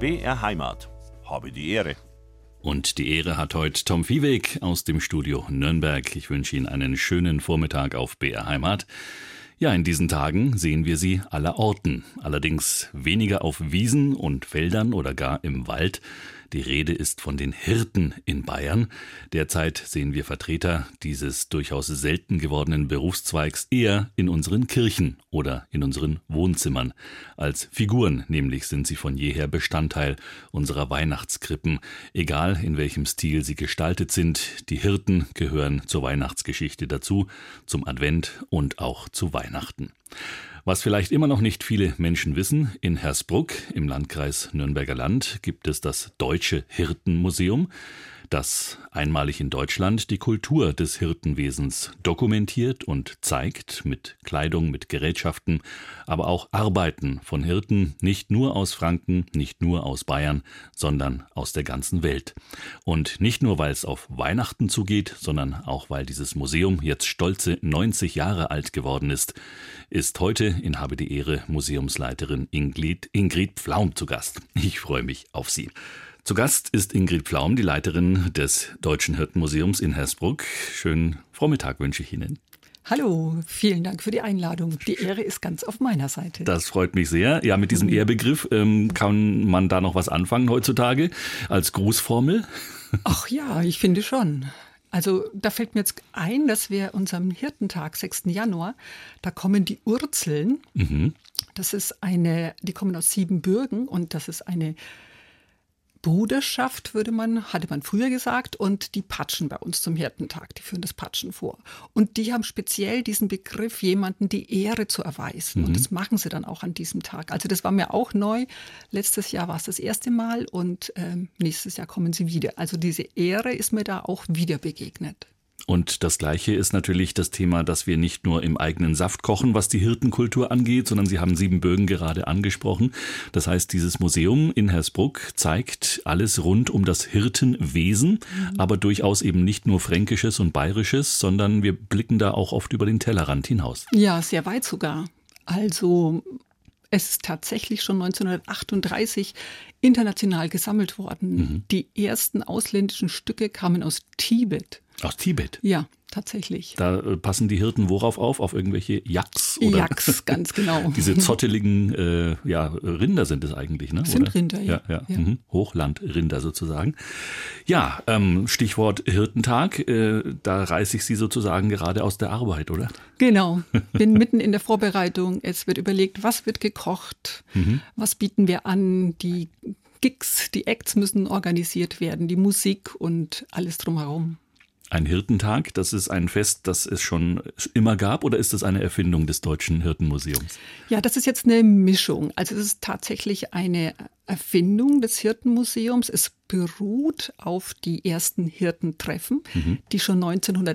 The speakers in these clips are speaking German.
BR Heimat. Habe die Ehre. Und die Ehre hat heute Tom Viehweg aus dem Studio Nürnberg. Ich wünsche Ihnen einen schönen Vormittag auf BR Heimat. Ja, in diesen Tagen sehen wir sie allerorten. Allerdings weniger auf Wiesen und Feldern oder gar im Wald. Die Rede ist von den Hirten in Bayern. Derzeit sehen wir Vertreter dieses durchaus selten gewordenen Berufszweigs eher in unseren Kirchen oder in unseren Wohnzimmern. Als Figuren nämlich sind sie von jeher Bestandteil unserer Weihnachtskrippen. Egal in welchem Stil sie gestaltet sind, die Hirten gehören zur Weihnachtsgeschichte dazu, zum Advent und auch zu Weihnachten. Was vielleicht immer noch nicht viele Menschen wissen, in Hersbruck im Landkreis Nürnberger Land gibt es das Deutsche Hirtenmuseum, das einmalig in Deutschland die Kultur des Hirtenwesens dokumentiert und zeigt, mit Kleidung, mit Gerätschaften, aber auch Arbeiten von Hirten, nicht nur aus Franken, nicht nur aus Bayern, sondern aus der ganzen Welt. Und nicht nur, weil es auf Weihnachten zugeht, sondern auch, weil dieses Museum jetzt stolze 90 Jahre alt geworden ist heute in Habe die Ehre Museumsleiterin Ingrid Pflaum zu Gast. Ich freue mich auf Sie. Zu Gast ist Ingrid Pflaum, die Leiterin des Deutschen Hirtenmuseums in Hersbruck. Schönen Vormittag wünsche ich Ihnen. Hallo, vielen Dank für die Einladung. Die Ehre ist ganz auf meiner Seite. Das freut mich sehr. Ja, mit diesem Ehrbegriff kann man da noch was anfangen heutzutage als Grußformel? Ach ja, ich finde schon. Also da fällt mir jetzt ein, dass wir unserem Hirtentag, 6. Januar, da kommen die Urzeln. Das ist die kommen aus Siebenbürgen und das ist eine Bruderschaft, hatte man früher gesagt, und die patschen bei uns zum Hirtentag, die führen das Patschen vor. Und die haben speziell diesen Begriff, jemanden die Ehre zu erweisen. Und das machen sie dann auch an diesem Tag. Also das war mir auch neu. Letztes Jahr war es das erste Mal und nächstes Jahr kommen sie wieder. Also diese Ehre ist mir da auch wieder begegnet. Und das Gleiche ist natürlich das Thema, dass wir nicht nur im eigenen Saft kochen, was die Hirtenkultur angeht, sondern Sie haben Siebenbürgen gerade angesprochen. Das heißt, dieses Museum in Hersbruck zeigt alles rund um das Hirtenwesen, aber durchaus eben nicht nur Fränkisches und Bayerisches, sondern wir blicken da auch oft über den Tellerrand hinaus. Ja, sehr weit sogar. Also es ist tatsächlich schon 1938 international gesammelt worden. Die ersten ausländischen Stücke kamen aus Tibet. Aus Tibet? Ja, tatsächlich. Da passen die Hirten worauf auf? Auf irgendwelche Yaks? Oder? Yaks, ganz genau. Diese zotteligen Rinder sind es eigentlich, ne? Sind oder? Rinder, ja. Hochlandrinder sozusagen. Ja, Stichwort Hirtentag, da reiße ich Sie sozusagen gerade aus der Arbeit, oder? Genau, bin mitten in der Vorbereitung. Es wird überlegt, was wird gekocht, was bieten wir an, die Gigs, die Acts müssen organisiert werden, die Musik und alles drumherum. Ein Hirtentag, das ist ein Fest, das es schon immer gab, oder ist das eine Erfindung des Deutschen Hirtenmuseums? Ja, das ist jetzt eine Mischung. Also es ist tatsächlich eine Erfindung des Hirtenmuseums. Es beruht auf die ersten Hirtentreffen, die schon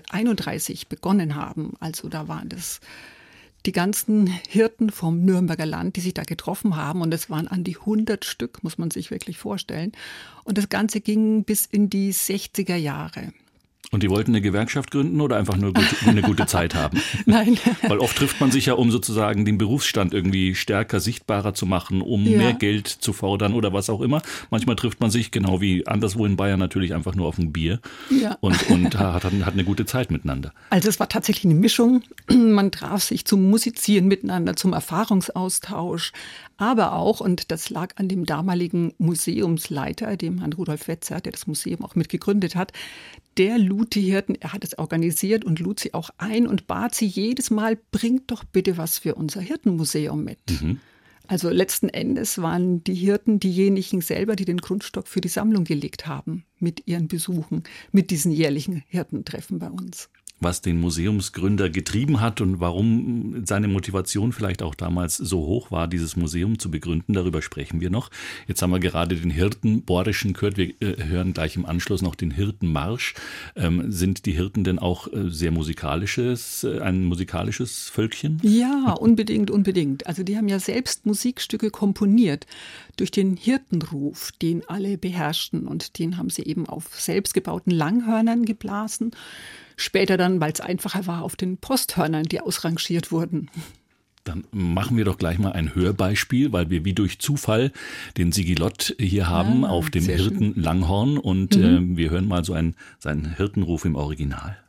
1931 begonnen haben. Also da waren das die ganzen Hirten vom Nürnberger Land, die sich da getroffen haben. Und es waren an die 100 Stück, muss man sich wirklich vorstellen. Und das Ganze ging bis in die 60er Jahre. Und die wollten eine Gewerkschaft gründen oder einfach nur eine gute Zeit haben? Nein. Weil oft trifft man sich ja, um sozusagen den Berufsstand irgendwie stärker sichtbarer zu machen, um mehr Geld zu fordern oder was auch immer. Manchmal trifft man sich, genau wie anderswo in Bayern, natürlich einfach nur auf ein Bier und hat eine gute Zeit miteinander. Also es war tatsächlich eine Mischung. Man traf sich zum Musizieren miteinander, zum Erfahrungsaustausch. Aber auch, und das lag an dem damaligen Museumsleiter, dem Herrn Rudolf Wetzer, der das Museum auch mitgegründet hat, der lud die Hirten, er hat es organisiert und lud sie auch ein und bat sie jedes Mal, bringt doch bitte was für unser Hirtenmuseum mit. Also letzten Endes waren die Hirten diejenigen selber, die den Grundstock für die Sammlung gelegt haben mit ihren Besuchen, mit diesen jährlichen Hirtentreffen bei uns. Was den Museumsgründer getrieben hat und warum seine Motivation vielleicht auch damals so hoch war, dieses Museum zu begründen, darüber sprechen wir noch. Jetzt haben wir gerade den Hirtenborischen gehört, wir hören gleich im Anschluss noch den Hirtenmarsch. Sind die Hirten denn auch ein musikalisches Völkchen? Ja, unbedingt. Also die haben ja selbst Musikstücke komponiert durch den Hirtenruf, den alle beherrschten, und den haben sie eben auf selbstgebauten Langhörnern geblasen. Später dann, weil es einfacher war, auf den Posthörnern, die ausrangiert wurden. Dann machen wir doch gleich mal ein Hörbeispiel, weil wir wie durch Zufall den Sigi Lott hier haben auf dem Hirten Langhorn und wir hören mal so seinen Hirtenruf im Original.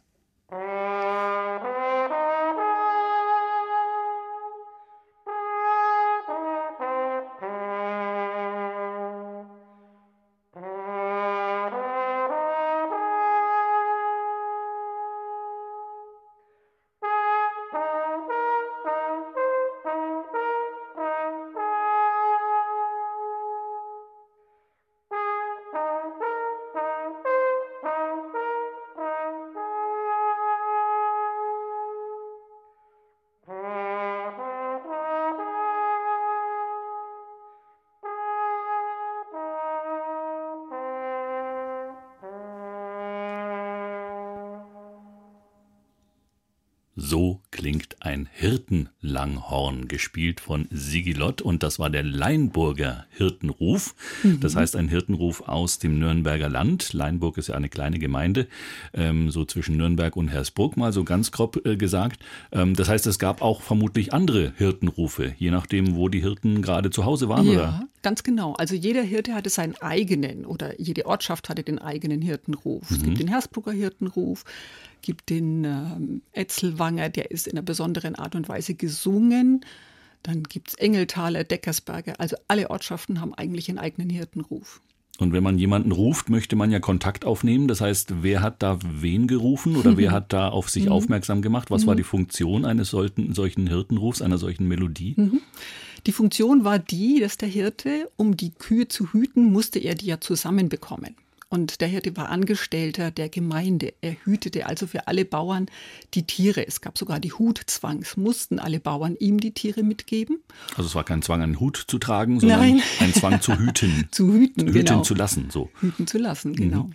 So klingt ein Hirtenlanghorn, gespielt von Sigi Lott, und das war der Leinburger Hirtenruf. Das heißt ein Hirtenruf aus dem Nürnberger Land. Leinburg ist ja eine kleine Gemeinde, so zwischen Nürnberg und Hersbruck, mal so ganz grob gesagt. Das heißt, es gab auch vermutlich andere Hirtenrufe, je nachdem, wo die Hirten gerade zu Hause waren, ja, oder? Ganz genau. Also jeder Hirte hatte seinen eigenen, oder jede Ortschaft hatte den eigenen Hirtenruf. Es gibt den Hersbrucker Hirtenruf, gibt den Etzelwanger, der ist in einer besonderen Art und Weise gesungen. Dann gibt es Engeltaler, Deckersberger. Also alle Ortschaften haben eigentlich einen eigenen Hirtenruf. Und wenn man jemanden ruft, möchte man ja Kontakt aufnehmen. Das heißt, wer hat da wen gerufen oder wer hat da auf sich aufmerksam gemacht? Was war die Funktion eines solchen Hirtenrufs, einer solchen Melodie? Die Funktion war die, dass der Hirte, um die Kühe zu hüten, musste er die ja zusammenbekommen. Und der Hirte war Angestellter der Gemeinde. Er hütete also für alle Bauern die Tiere. Es gab sogar die Hutzwang. Es mussten alle Bauern ihm die Tiere mitgeben. Also es war kein Zwang, einen Hut zu tragen, sondern ein Zwang zu hüten. Zu hüten, genau. Zu lassen, so. Hüten zu lassen, genau.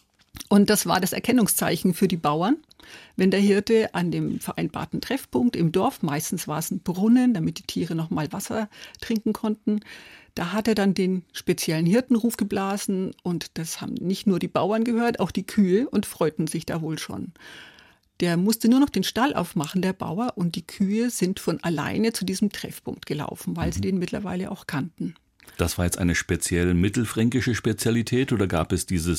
Und das war das Erkennungszeichen für die Bauern. Wenn der Hirte an dem vereinbarten Treffpunkt im Dorf, meistens war es ein Brunnen, damit die Tiere noch mal Wasser trinken konnten, da hat er dann den speziellen Hirtenruf geblasen, und das haben nicht nur die Bauern gehört, auch die Kühe, und freuten sich da wohl schon. Der musste nur noch den Stall aufmachen, der Bauer, und die Kühe sind von alleine zu diesem Treffpunkt gelaufen, weil sie den mittlerweile auch kannten. Das war jetzt eine speziell mittelfränkische Spezialität, oder gab es diese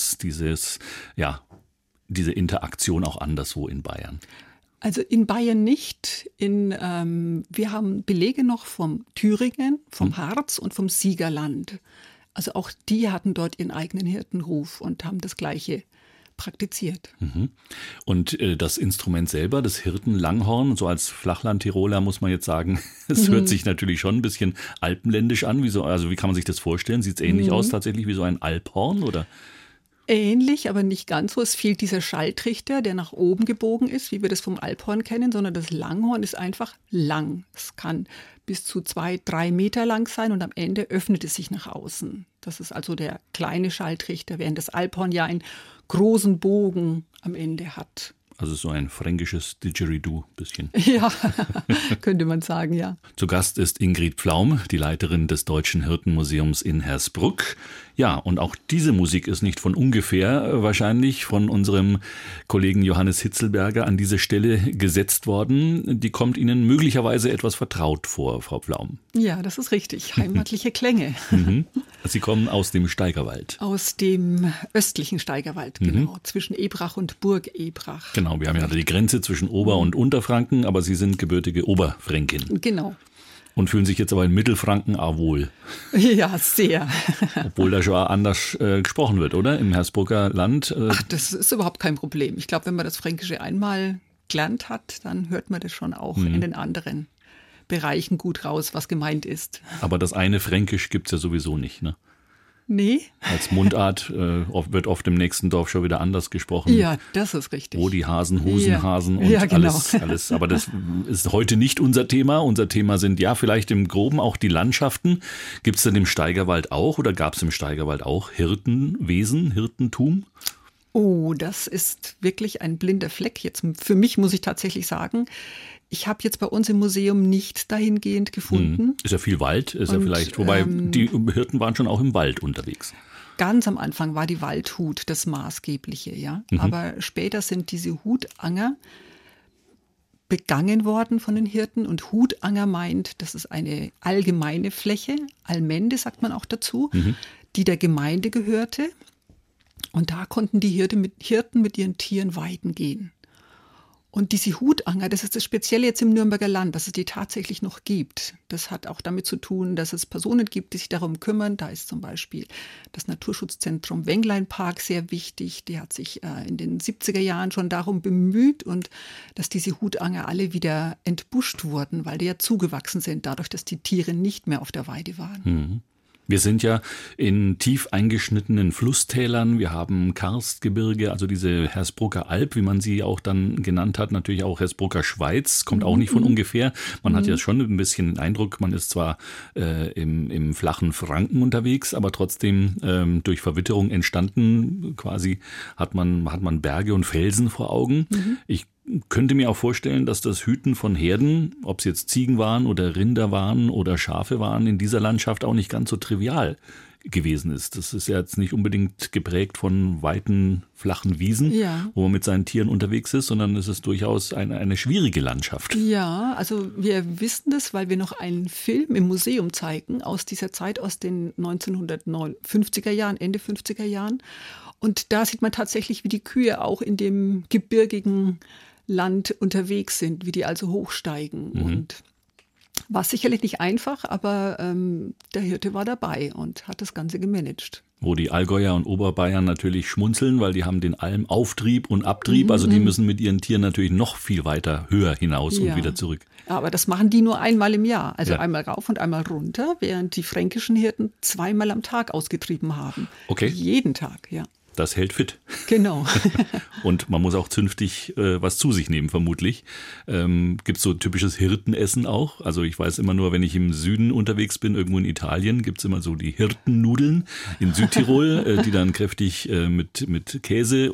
Interaktion auch anderswo in Bayern? Also in Bayern nicht. Wir haben Belege noch vom Thüringen, vom Harz und vom Siegerland. Also auch die hatten dort ihren eigenen Hirtenruf und haben das Gleiche praktiziert. Und das Instrument selber, das Hirtenlanghorn, so als Flachland-Tiroler muss man jetzt sagen, es hört sich natürlich schon ein bisschen alpenländisch an. Wie kann man sich das vorstellen? Sieht es ähnlich aus tatsächlich wie so ein Alphorn, oder? Ähnlich, aber nicht ganz so. Es fehlt dieser Schalltrichter, der nach oben gebogen ist, wie wir das vom Alphorn kennen, sondern das Langhorn ist einfach lang. Es kann bis zu 2-3 Meter lang sein und am Ende öffnet es sich nach außen. Das ist also der kleine Schalltrichter, während das Alphorn ja einen großen Bogen am Ende hat. Also so ein fränkisches Didgeridoo bisschen. Ja, könnte man sagen, ja. Zu Gast ist Ingrid Pflaum, die Leiterin des Deutschen Hirtenmuseums in Hersbruck. Ja, und auch diese Musik ist nicht von ungefähr wahrscheinlich von unserem Kollegen Johannes Hitzelberger an diese Stelle gesetzt worden. Die kommt Ihnen möglicherweise etwas vertraut vor, Frau Pflaum. Ja, das ist richtig. Heimatliche Klänge. Sie kommen aus dem Steigerwald. Aus dem östlichen Steigerwald, genau. Zwischen Ebrach und Burg Ebrach. Genau, wir haben ja die Grenze zwischen Ober- und Unterfranken, aber Sie sind gebürtige Oberfränkin. Genau. Und fühlen sich jetzt aber in Mittelfranken auch wohl. Ja, sehr. Obwohl da schon anders gesprochen wird, oder? Im Hersbrucker Land. Ach, das ist überhaupt kein Problem. Ich glaube, wenn man das Fränkische einmal gelernt hat, dann hört man das schon auch in den anderen Bereichen gut raus, was gemeint ist. Aber das eine Fränkisch gibt's ja sowieso nicht, ne? Nee. Als Mundart wird oft im nächsten Dorf schon wieder anders gesprochen. Ja, das ist richtig. Wo die Hasen, Husenhasen und genau. alles. Aber das ist heute nicht unser Thema. Unser Thema sind ja vielleicht im Groben auch die Landschaften. Gibt es denn im Steigerwald auch oder gab es im Steigerwald auch Hirtenwesen, Hirtentum? Oh, das ist wirklich ein blinder Fleck. Jetzt für mich muss ich tatsächlich sagen, ich habe jetzt bei uns im Museum nichts dahingehend gefunden. Ist ja viel Wald, ist ja vielleicht, wobei die Hirten waren schon auch im Wald unterwegs. Ganz am Anfang war die Waldhut das Maßgebliche, ja. Aber später sind diese Hutanger begangen worden von den Hirten. Und Hutanger meint, das ist eine allgemeine Fläche, Allmende sagt man auch dazu, die der Gemeinde gehörte. Und da konnten die Hirten mit ihren Tieren weiden gehen. Und diese Hutanger, das ist das Spezielle jetzt im Nürnberger Land, dass es die tatsächlich noch gibt. Das hat auch damit zu tun, dass es Personen gibt, die sich darum kümmern. Da ist zum Beispiel das Naturschutzzentrum Wengleinpark sehr wichtig. Der hat sich in den 70er Jahren schon darum bemüht, und dass diese Hutanger alle wieder entbuscht wurden, weil die ja zugewachsen sind, dadurch, dass die Tiere nicht mehr auf der Weide waren. Wir sind ja in tief eingeschnittenen Flusstälern. Wir haben Karstgebirge, also diese Hersbrucker Alb, wie man sie auch dann genannt hat. Natürlich auch Hersbrucker Schweiz, kommt auch nicht von ungefähr. Man hat ja schon ein bisschen den Eindruck, man ist zwar im flachen Franken unterwegs, aber trotzdem durch Verwitterung entstanden. Quasi hat man Berge und Felsen vor Augen. Ich könnte mir auch vorstellen, dass das Hüten von Herden, ob es jetzt Ziegen waren oder Rinder waren oder Schafe waren, in dieser Landschaft auch nicht ganz so trivial gewesen ist. Das ist ja jetzt nicht unbedingt geprägt von weiten, flachen Wiesen, wo man mit seinen Tieren unterwegs ist, sondern es ist durchaus eine schwierige Landschaft. Ja, also wir wissen das, weil wir noch einen Film im Museum zeigen aus dieser Zeit, aus den 1950er Jahren, Ende 50er Jahren. Und da sieht man tatsächlich, wie die Kühe auch in dem gebirgigen Land unterwegs sind, wie die also hochsteigen. Und war sicherlich nicht einfach, aber der Hirte war dabei und hat das Ganze gemanagt. Wo die Allgäuer und Oberbayern natürlich schmunzeln, weil die haben den Almauftrieb und Abtrieb. Also die müssen mit ihren Tieren natürlich noch viel weiter höher hinaus und wieder zurück. Aber das machen die nur einmal im Jahr. Also einmal rauf und einmal runter, während die fränkischen Hirten 2-mal am Tag ausgetrieben haben. Okay. Jeden Tag, ja. Das hält fit. Genau. Und man muss auch zünftig was zu sich nehmen, vermutlich. Gibt es so typisches Hirtenessen auch? Also ich weiß immer nur, wenn ich im Süden unterwegs bin, irgendwo in Italien, gibt es immer so die Hirtennudeln in Südtirol, die dann kräftig mit Käse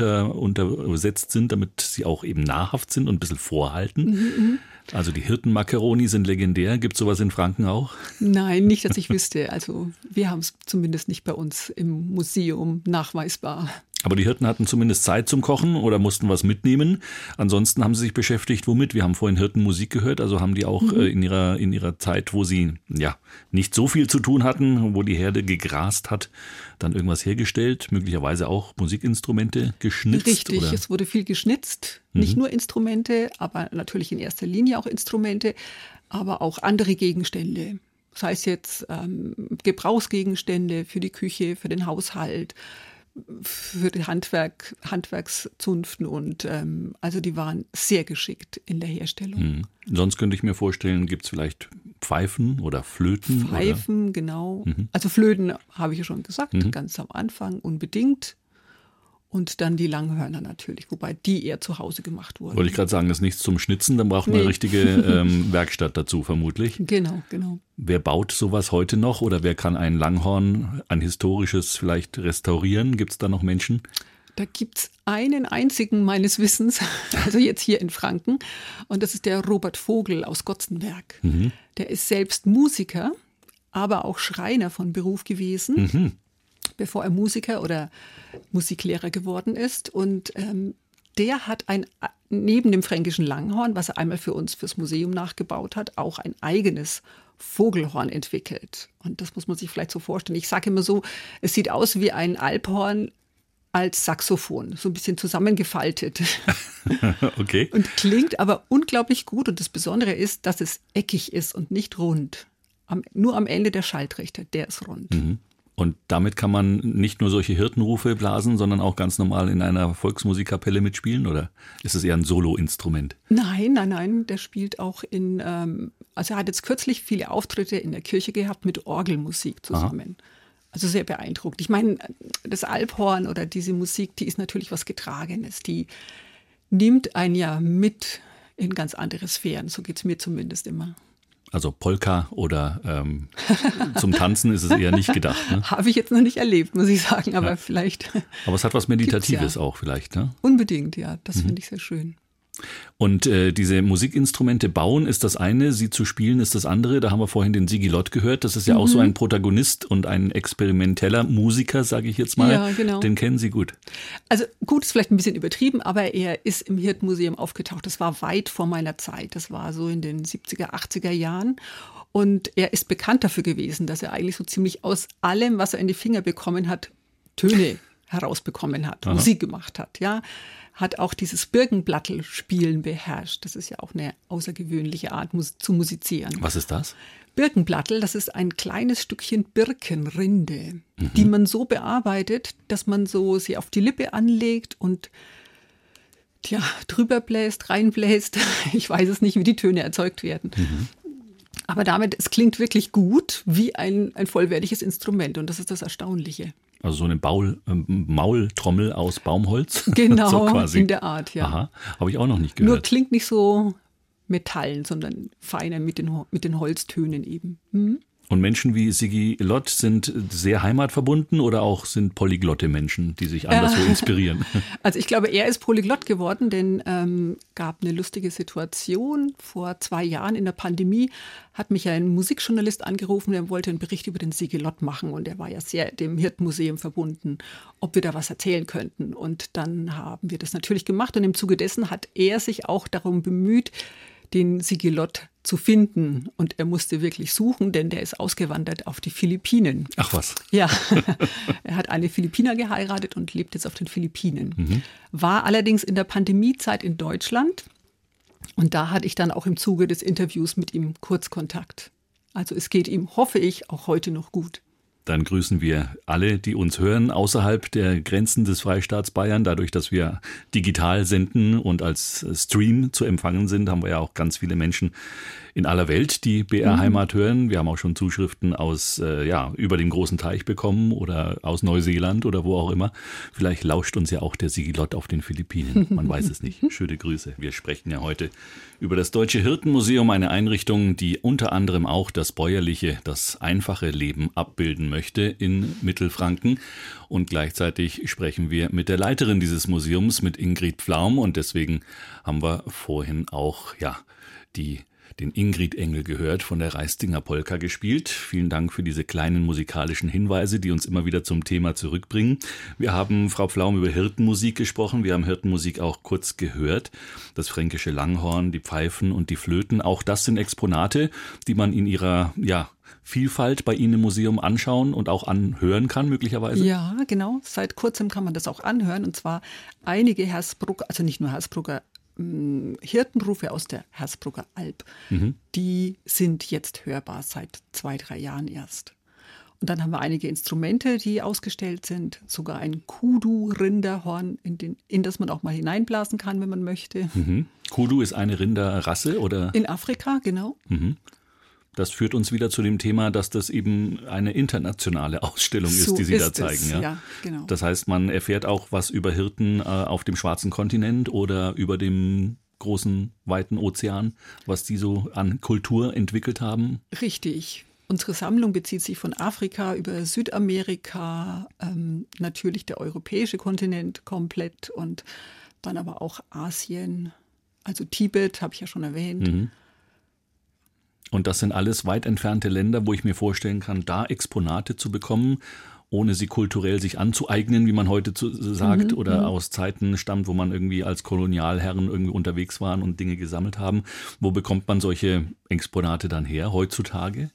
untersetzt sind, damit sie auch eben nahrhaft sind und ein bisschen vorhalten. Also die Hirtenmakaroni sind legendär. Gibt es sowas in Franken auch? Nein, nicht, dass ich wüsste. Also wir haben es zumindest nicht bei uns im Museum nachweisbar. Aber die Hirten hatten zumindest Zeit zum Kochen oder mussten was mitnehmen. Ansonsten haben sie sich beschäftigt, womit? Wir haben vorhin Hirtenmusik gehört, also haben die auch in ihrer Zeit, wo sie nicht so viel zu tun hatten, wo die Herde gegrast hat, dann irgendwas hergestellt, möglicherweise auch Musikinstrumente geschnitzt? Richtig, oder? Es wurde viel geschnitzt, nicht nur Instrumente, aber natürlich in erster Linie auch Instrumente, aber auch andere Gegenstände. Das heißt jetzt Gebrauchsgegenstände für die Küche, für den Haushalt, für die Handwerkszunften und also die waren sehr geschickt in der Herstellung. Sonst könnte ich mir vorstellen, gibt es vielleicht Pfeifen oder Flöten? Pfeifen, oder? Genau. Also Flöten habe ich ja schon gesagt, ganz am Anfang unbedingt. Und dann die Langhörner natürlich, wobei die eher zu Hause gemacht wurden. Wollte ich gerade sagen, das ist nichts zum Schnitzen, dann braucht man eine richtige Werkstatt dazu vermutlich. Genau. Wer baut sowas heute noch oder wer kann ein Langhorn, ein historisches vielleicht restaurieren? Gibt es da noch Menschen? Da gibt es einen einzigen meines Wissens, also jetzt hier in Franken, und das ist der Robert Vogel aus Gotzenberg. Der ist selbst Musiker, aber auch Schreiner von Beruf gewesen. Bevor er Musiker oder Musiklehrer geworden ist. Und der hat neben dem fränkischen Langhorn, was er einmal für uns fürs Museum nachgebaut hat, auch ein eigenes Vogelhorn entwickelt. Und das muss man sich vielleicht so vorstellen. Ich sage immer so, es sieht aus wie ein Alphorn als Saxophon, so ein bisschen zusammengefaltet. Okay. Und klingt aber unglaublich gut. Und das Besondere ist, dass es eckig ist und nicht rund. Nur am Ende der Schalltrichter, der ist rund. Und damit kann man nicht nur solche Hirtenrufe blasen, sondern auch ganz normal in einer Volksmusikkapelle mitspielen? Oder ist es eher ein Solo-Instrument? Nein. Der spielt auch also er hat jetzt kürzlich viele Auftritte in der Kirche gehabt mit Orgelmusik zusammen. Also sehr beeindruckend. Ich meine, das Alphorn oder diese Musik, die ist natürlich was Getragenes. Die nimmt einen ja mit in ganz andere Sphären. So geht es mir zumindest immer. Also Polka oder zum Tanzen ist es eher nicht gedacht. Ne? Habe ich jetzt noch nicht erlebt, muss ich sagen, aber vielleicht. Aber es hat was Meditatives auch vielleicht, ne? Unbedingt, ja. Das finde ich sehr schön. Und diese Musikinstrumente bauen ist das eine, sie zu spielen ist das andere. Da haben wir vorhin den Sigi Lott gehört. Das ist ja auch so ein Protagonist und ein experimenteller Musiker, sage ich jetzt mal. Ja, genau. Den kennen Sie gut. Also gut, ist vielleicht ein bisschen übertrieben, aber er ist im Hirtenmuseum aufgetaucht. Das war weit vor meiner Zeit. Das war so in den 70er, 80er Jahren. Und er ist bekannt dafür gewesen, dass er eigentlich so ziemlich aus allem, was er in die Finger bekommen hat, Töne herausbekommen hat, Musik gemacht hat, ja. Hat auch dieses Birkenblattl-Spielen beherrscht. Das ist ja auch eine außergewöhnliche Art zu musizieren. Was ist das? Birkenblattl, das ist ein kleines Stückchen Birkenrinde, die man so bearbeitet, dass man so sie auf die Lippe anlegt und drüber bläst, reinbläst. Ich weiß es nicht, wie die Töne erzeugt werden. Aber es klingt wirklich gut wie ein vollwertiges Instrument und das ist das Erstaunliche. Also so eine Maultrommel aus Baumholz? Genau, so quasi. In der Art, ja. Aha, habe ich auch noch nicht gehört. Nur klingt nicht so metallen, sondern feiner mit den Holztönen eben. Und Menschen wie Sigi Lott sind sehr heimatverbunden oder auch sind polyglotte Menschen, die sich anderswo inspirieren? Also ich glaube, er ist polyglott geworden, denn gab eine lustige Situation. Vor 2 Jahren in der Pandemie hat mich ein Musikjournalist angerufen, der wollte einen Bericht über den Sigi Lott machen und er war ja sehr dem Hirtenmuseum verbunden, ob wir da was erzählen könnten. Und dann haben wir das natürlich gemacht und im Zuge dessen hat er sich auch darum bemüht, den Sigi Lott zu finden. Und er musste wirklich suchen, denn der ist ausgewandert auf die Philippinen. Ach was. Ja, er hat eine Philippiner geheiratet und lebt jetzt auf den Philippinen. War allerdings in der Pandemiezeit in Deutschland. Und da hatte ich dann auch im Zuge des Interviews mit ihm Kurzkontakt. Also es geht ihm, hoffe ich, auch heute noch gut. Dann grüßen wir alle, die uns hören, außerhalb der Grenzen des Freistaats Bayern. Dadurch, dass wir digital senden und als Stream zu empfangen sind, haben wir ja auch ganz viele Menschen in aller Welt, die BR Heimat hören. Wir haben auch schon Zuschriften aus über den großen Teich bekommen oder aus Neuseeland oder wo auch immer. Vielleicht lauscht uns ja auch der Sigi Lott auf den Philippinen. Man weiß es nicht. Schöne Grüße. Wir sprechen ja heute über das Deutsche Hirtenmuseum, eine Einrichtung, die unter anderem auch das bäuerliche, das einfache Leben abbilden möchte in Mittelfranken. Und gleichzeitig sprechen wir mit der Leiterin dieses Museums, mit Ingrid Pflaum. Und deswegen haben wir vorhin auch den Ingrid-Engel gehört, von der Reistinger Polka gespielt. Vielen Dank für diese kleinen musikalischen Hinweise, die uns immer wieder zum Thema zurückbringen. Wir haben, Frau Pflaum, über Hirtenmusik gesprochen. Wir haben Hirtenmusik auch kurz gehört. Das fränkische Langhorn, die Pfeifen und die Flöten. Auch das sind Exponate, die man in ihrer Vielfalt bei Ihnen im Museum anschauen und auch anhören kann, möglicherweise? Ja, genau. Seit kurzem kann man das auch anhören. Und zwar einige Hersbrucker, also nicht nur Hersbrucker, Hirtenrufe aus der Hersbrucker Alb, die sind jetzt hörbar seit 2-3 Jahren erst. Und dann haben wir einige Instrumente, die ausgestellt sind, sogar ein Kudu-Rinderhorn, in das man auch mal hineinblasen kann, wenn man möchte. Kudu ist eine Rinderrasse, oder? In Afrika, genau. Das führt uns wieder zu dem Thema, dass das eben eine internationale Ausstellung ist, die Sie da zeigen. Ja, genau. Das heißt, man erfährt auch was über Hirten auf dem schwarzen Kontinent oder über dem großen, weiten Ozean, was die so an Kultur entwickelt haben. Richtig. Unsere Sammlung bezieht sich von Afrika über Südamerika, natürlich der europäische Kontinent komplett und dann aber auch Asien, also Tibet, habe ich ja schon erwähnt. Und das sind alles weit entfernte Länder, wo ich mir vorstellen kann, da Exponate zu bekommen, ohne sie kulturell sich anzueignen, wie man heute sagt, oder aus Zeiten stammt, wo man irgendwie als Kolonialherren irgendwie unterwegs waren und Dinge gesammelt haben. Wo bekommt man solche Exponate dann her heutzutage?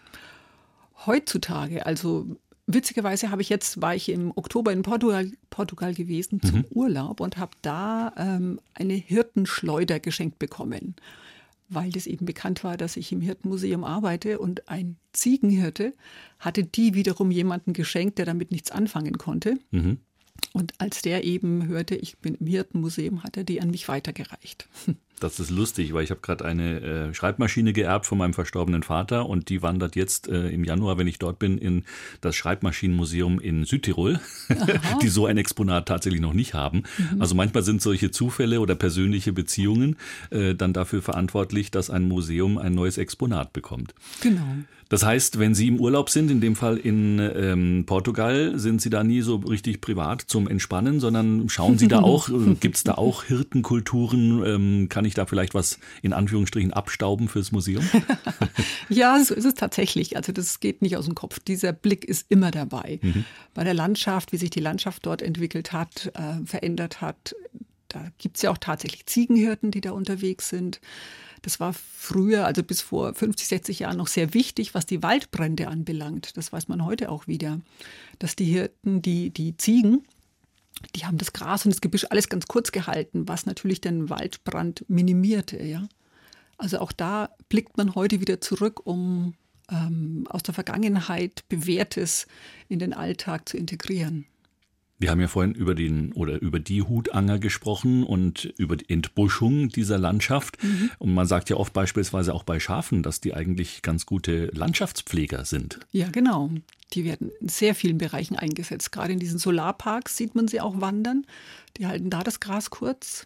Heutzutage, also witzigerweise war ich im Oktober in Portugal gewesen zum Urlaub und habe da eine Hirtenschleuder geschenkt bekommen. Weil das eben bekannt war, dass ich im Hirtenmuseum arbeite und ein Ziegenhirte hatte die wiederum jemanden geschenkt, der damit nichts anfangen konnte. Und als der eben hörte, ich bin im Hirtenmuseum, hat er die an mich weitergereicht. Das ist lustig, weil ich habe gerade eine Schreibmaschine geerbt von meinem verstorbenen Vater und die wandert jetzt im Januar, wenn ich dort bin, in das Schreibmaschinenmuseum in Südtirol, die so ein Exponat tatsächlich noch nicht haben. Also manchmal sind solche Zufälle oder persönliche Beziehungen dann dafür verantwortlich, dass ein Museum ein neues Exponat bekommt. Genau. Das heißt, wenn Sie im Urlaub sind, in dem Fall in Portugal, sind Sie da nie so richtig privat zum Entspannen, sondern schauen Sie da auch, gibt es da auch Hirtenkulturen? Kann ich da vielleicht was in Anführungsstrichen abstauben fürs Museum? Ja, so ist es tatsächlich. Also das geht nicht aus dem Kopf. Dieser Blick ist immer dabei. Bei der Landschaft, wie sich die Landschaft dort entwickelt hat, verändert hat, da gibt es ja auch tatsächlich Ziegenhirten, die da unterwegs sind. Das war früher, also bis vor 50, 60 Jahren noch sehr wichtig, was die Waldbrände anbelangt. Das weiß man heute auch wieder. Dass die Hirten, die Ziegen, die haben das Gras und das Gebüsch alles ganz kurz gehalten, was natürlich den Waldbrand minimierte. Ja? Also auch da blickt man heute wieder zurück, um aus der Vergangenheit Bewährtes in den Alltag zu integrieren. Wir haben ja vorhin über die Hutanger gesprochen und über die Entbuschung dieser Landschaft. Und man sagt ja oft beispielsweise auch bei Schafen, dass die eigentlich ganz gute Landschaftspfleger sind. Ja, genau. Die werden in sehr vielen Bereichen eingesetzt. Gerade in diesen Solarparks sieht man sie auch wandern. Die halten da das Gras kurz.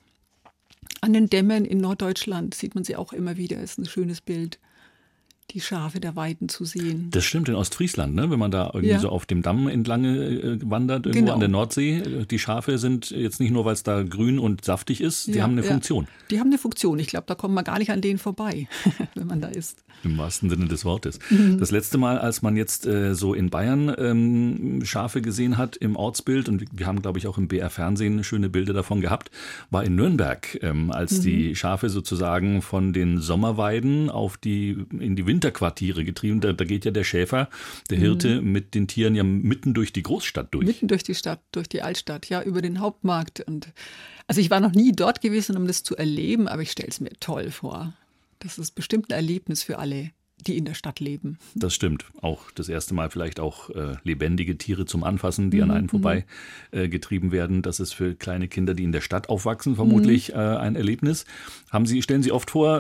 An den Dämmen in Norddeutschland sieht man sie auch immer wieder. Das ist ein schönes Bild, die Schafe der Weiden zu sehen. Das stimmt, in Ostfriesland, ne? Wenn man da irgendwie so auf dem Damm entlang wandert, irgendwo an der Nordsee. Die Schafe sind jetzt nicht nur, weil es da grün und saftig ist, die haben eine Funktion. Die haben eine Funktion. Ich glaube, da kommt man gar nicht an denen vorbei, wenn man da ist. Im wahrsten Sinne des Wortes. Das letzte Mal, als man jetzt so in Bayern Schafe gesehen hat im Ortsbild, und wir haben, glaube ich, auch im BR-Fernsehen schöne Bilder davon gehabt, war in Nürnberg, als die Schafe sozusagen von den Sommerweiden in die Winterquartiere getrieben. Da geht ja der Schäfer, der Hirte, mit den Tieren ja mitten durch die Großstadt durch. Mitten durch die Stadt, durch die Altstadt, ja, über den Hauptmarkt. Und also ich war noch nie dort gewesen, um das zu erleben, aber ich stelle es mir toll vor. Das ist bestimmt ein Erlebnis für alle, die in der Stadt leben. Das stimmt. Auch das erste Mal vielleicht auch lebendige Tiere zum Anfassen, die an einen vorbei getrieben werden. Das ist für kleine Kinder, die in der Stadt aufwachsen, vermutlich ein Erlebnis. Stellen Sie oft vor,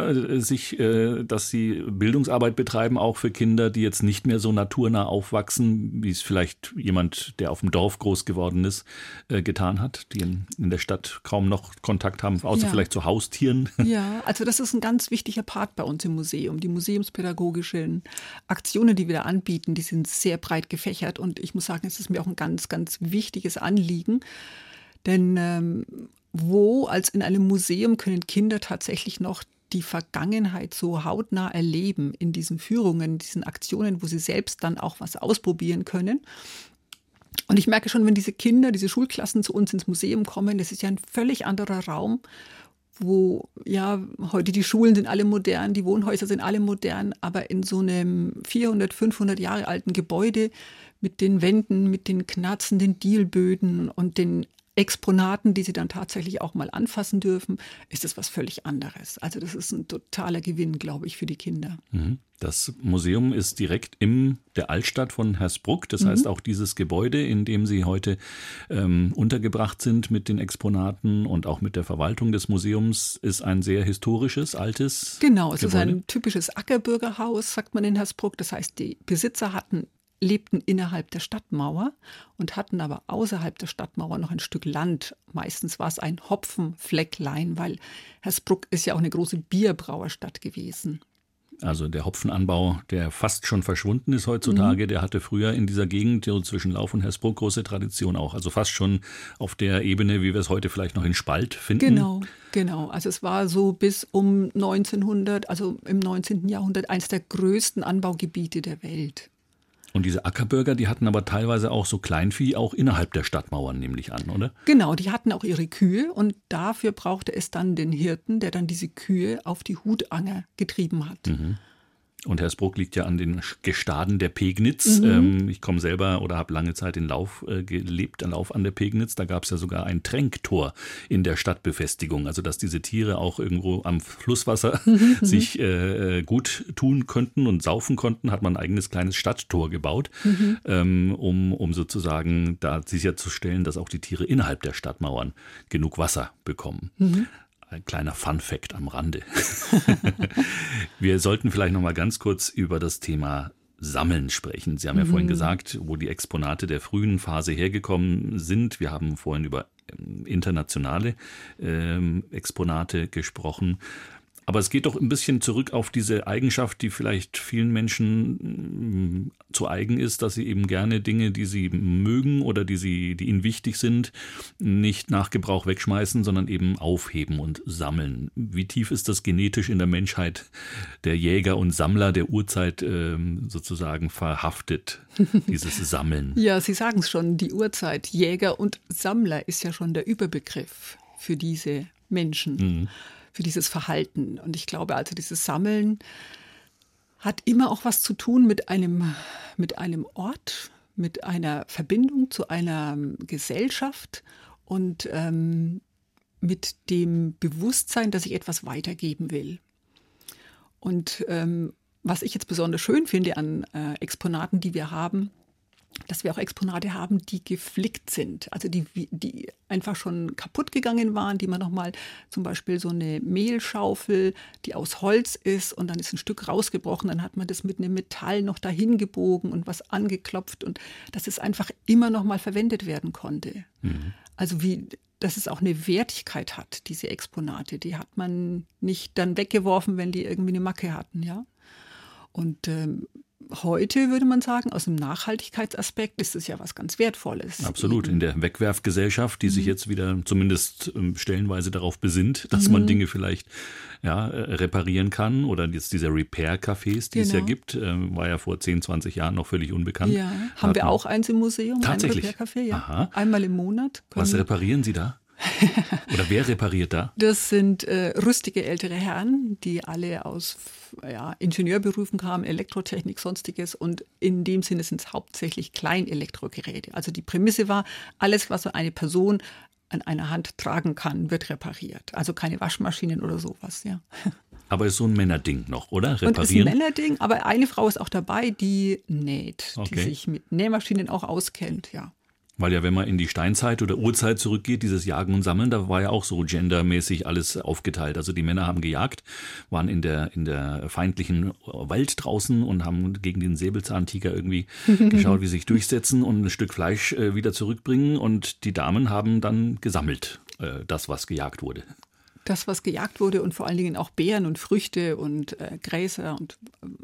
dass Sie Bildungsarbeit betreiben, auch für Kinder, die jetzt nicht mehr so naturnah aufwachsen, wie es vielleicht jemand, der auf dem Dorf groß geworden ist, getan hat, die in der Stadt kaum noch Kontakt haben, außer vielleicht zu Haustieren? Ja, also das ist ein ganz wichtiger Part bei uns im Museum. Die Museumspädagogischen Aktionen, die wir da anbieten, die sind sehr breit gefächert. Und ich muss sagen, es ist mir auch ein ganz, ganz wichtiges Anliegen. Denn wo als in einem Museum können Kinder tatsächlich noch die Vergangenheit so hautnah erleben in diesen Führungen, diesen Aktionen, wo sie selbst dann auch was ausprobieren können. Und ich merke schon, wenn diese Kinder, diese Schulklassen zu uns ins Museum kommen, das ist ja ein völlig anderer Raum, wo ja heute die Schulen sind alle modern, die Wohnhäuser sind alle modern, aber in so einem 400, 500 Jahre alten Gebäude mit den Wänden, mit den knarzenden Dielböden und den Exponaten, die sie dann tatsächlich auch mal anfassen dürfen, ist das was völlig anderes. Also das ist ein totaler Gewinn, glaube ich, für die Kinder. Das Museum ist direkt in der Altstadt von Hersbruck. Das heißt, auch dieses Gebäude, in dem Sie heute untergebracht sind mit den Exponaten und auch mit der Verwaltung des Museums, ist ein sehr historisches, altes Genau, es Gebäude. Ist ein typisches Ackerbürgerhaus, sagt man in Hersbruck. Das heißt, die Besitzer lebten innerhalb der Stadtmauer und hatten aber außerhalb der Stadtmauer noch ein Stück Land. Meistens war es ein Hopfenflecklein, weil Hersbruck ist ja auch eine große Bierbrauerstadt gewesen. Also der Hopfenanbau, der fast schon verschwunden ist heutzutage, der hatte früher in dieser Gegend zwischen Lauf und Hersbruck große Tradition auch. Also fast schon auf der Ebene, wie wir es heute vielleicht noch in Spalt finden. Genau. Also es war so bis um 1900, also im 19. Jahrhundert, eines der größten Anbaugebiete der Welt. Und diese Ackerbürger, die hatten aber teilweise auch so Kleinvieh auch innerhalb der Stadtmauern, nehme ich an, oder? Genau, die hatten auch ihre Kühe und dafür brauchte es dann den Hirten, der dann diese Kühe auf die Hutanger getrieben hat. Und Hersbruck liegt ja an den Gestaden der Pegnitz. Ich komme selber oder habe lange Zeit in Lauf gelebt, Lauf an der Pegnitz. Da gab es ja sogar ein Tränktor in der Stadtbefestigung. Also dass diese Tiere auch irgendwo am Flusswasser sich gut tun könnten und saufen konnten, hat man ein eigenes kleines Stadttor gebaut, um sozusagen da sicherzustellen, dass auch die Tiere innerhalb der Stadtmauern genug Wasser bekommen. Ein kleiner Fun-Fact am Rande. Wir sollten vielleicht noch mal ganz kurz über das Thema Sammeln sprechen. Sie haben ja vorhin gesagt, wo die Exponate der frühen Phase hergekommen sind. Wir haben vorhin über internationale Exponate gesprochen. Aber es geht doch ein bisschen zurück auf diese Eigenschaft, die vielleicht vielen Menschen zu eigen ist, dass sie eben gerne Dinge, die sie mögen oder die ihnen wichtig sind, nicht nach Gebrauch wegschmeißen, sondern eben aufheben und sammeln. Wie tief ist das genetisch in der Menschheit der Jäger und Sammler der Urzeit sozusagen verhaftet, dieses Sammeln? Ja, Sie sagen es schon, die Urzeit, Jäger und Sammler ist ja schon der Überbegriff für diese Menschen. Für dieses Verhalten. Und ich glaube also, dieses Sammeln hat immer auch was zu tun mit einem Ort, mit einer Verbindung zu einer Gesellschaft und mit dem Bewusstsein, dass ich etwas weitergeben will. Und was ich jetzt besonders schön finde an Exponaten, die wir haben, dass wir auch Exponate haben, die geflickt sind, also die einfach schon kaputt gegangen waren, die man nochmal zum Beispiel so eine Mehlschaufel, die aus Holz ist und dann ist ein Stück rausgebrochen, dann hat man das mit einem Metall noch dahin gebogen und was angeklopft und dass es einfach immer nochmal verwendet werden konnte. Also dass es auch eine Wertigkeit hat, diese Exponate, die hat man nicht dann weggeworfen, wenn die irgendwie eine Macke hatten, ja. Und heute würde man sagen, aus dem Nachhaltigkeitsaspekt ist es ja was ganz Wertvolles. Absolut, in der Wegwerfgesellschaft, die sich jetzt wieder zumindest stellenweise darauf besinnt, dass man Dinge vielleicht reparieren kann. Oder jetzt diese Repair-Cafés, die es ja gibt, war ja vor 10, 20 Jahren noch völlig unbekannt. Ja, haben wir auch eins im Museum, tatsächlich? Ein Repair-Café, ja. Aha. Einmal im Monat. Was reparieren Sie da? Oder wer repariert da? Das sind rüstige ältere Herren, die alle aus Ingenieurberufen kamen, Elektrotechnik, Sonstiges. Und in dem Sinne sind es hauptsächlich Kleinelektrogeräte. Also die Prämisse war, alles, was eine Person an einer Hand tragen kann, wird repariert. Also keine Waschmaschinen oder sowas, ja. Aber ist so ein Männerding noch, oder? Reparieren? Und ist ein Männerding, aber eine Frau ist auch dabei, die näht, die sich mit Nähmaschinen auch auskennt, ja. Weil ja, wenn man in die Steinzeit oder Urzeit zurückgeht, dieses Jagen und Sammeln, da war ja auch so gendermäßig alles aufgeteilt. Also die Männer haben gejagt, waren in der feindlichen Wald draußen und haben gegen den Säbelzahntiger irgendwie geschaut, wie sie sich durchsetzen und ein Stück Fleisch wieder zurückbringen. Und die Damen haben dann gesammelt, das, was gejagt wurde. Das, was gejagt wurde und vor allen Dingen auch Beeren und Früchte und Gräser und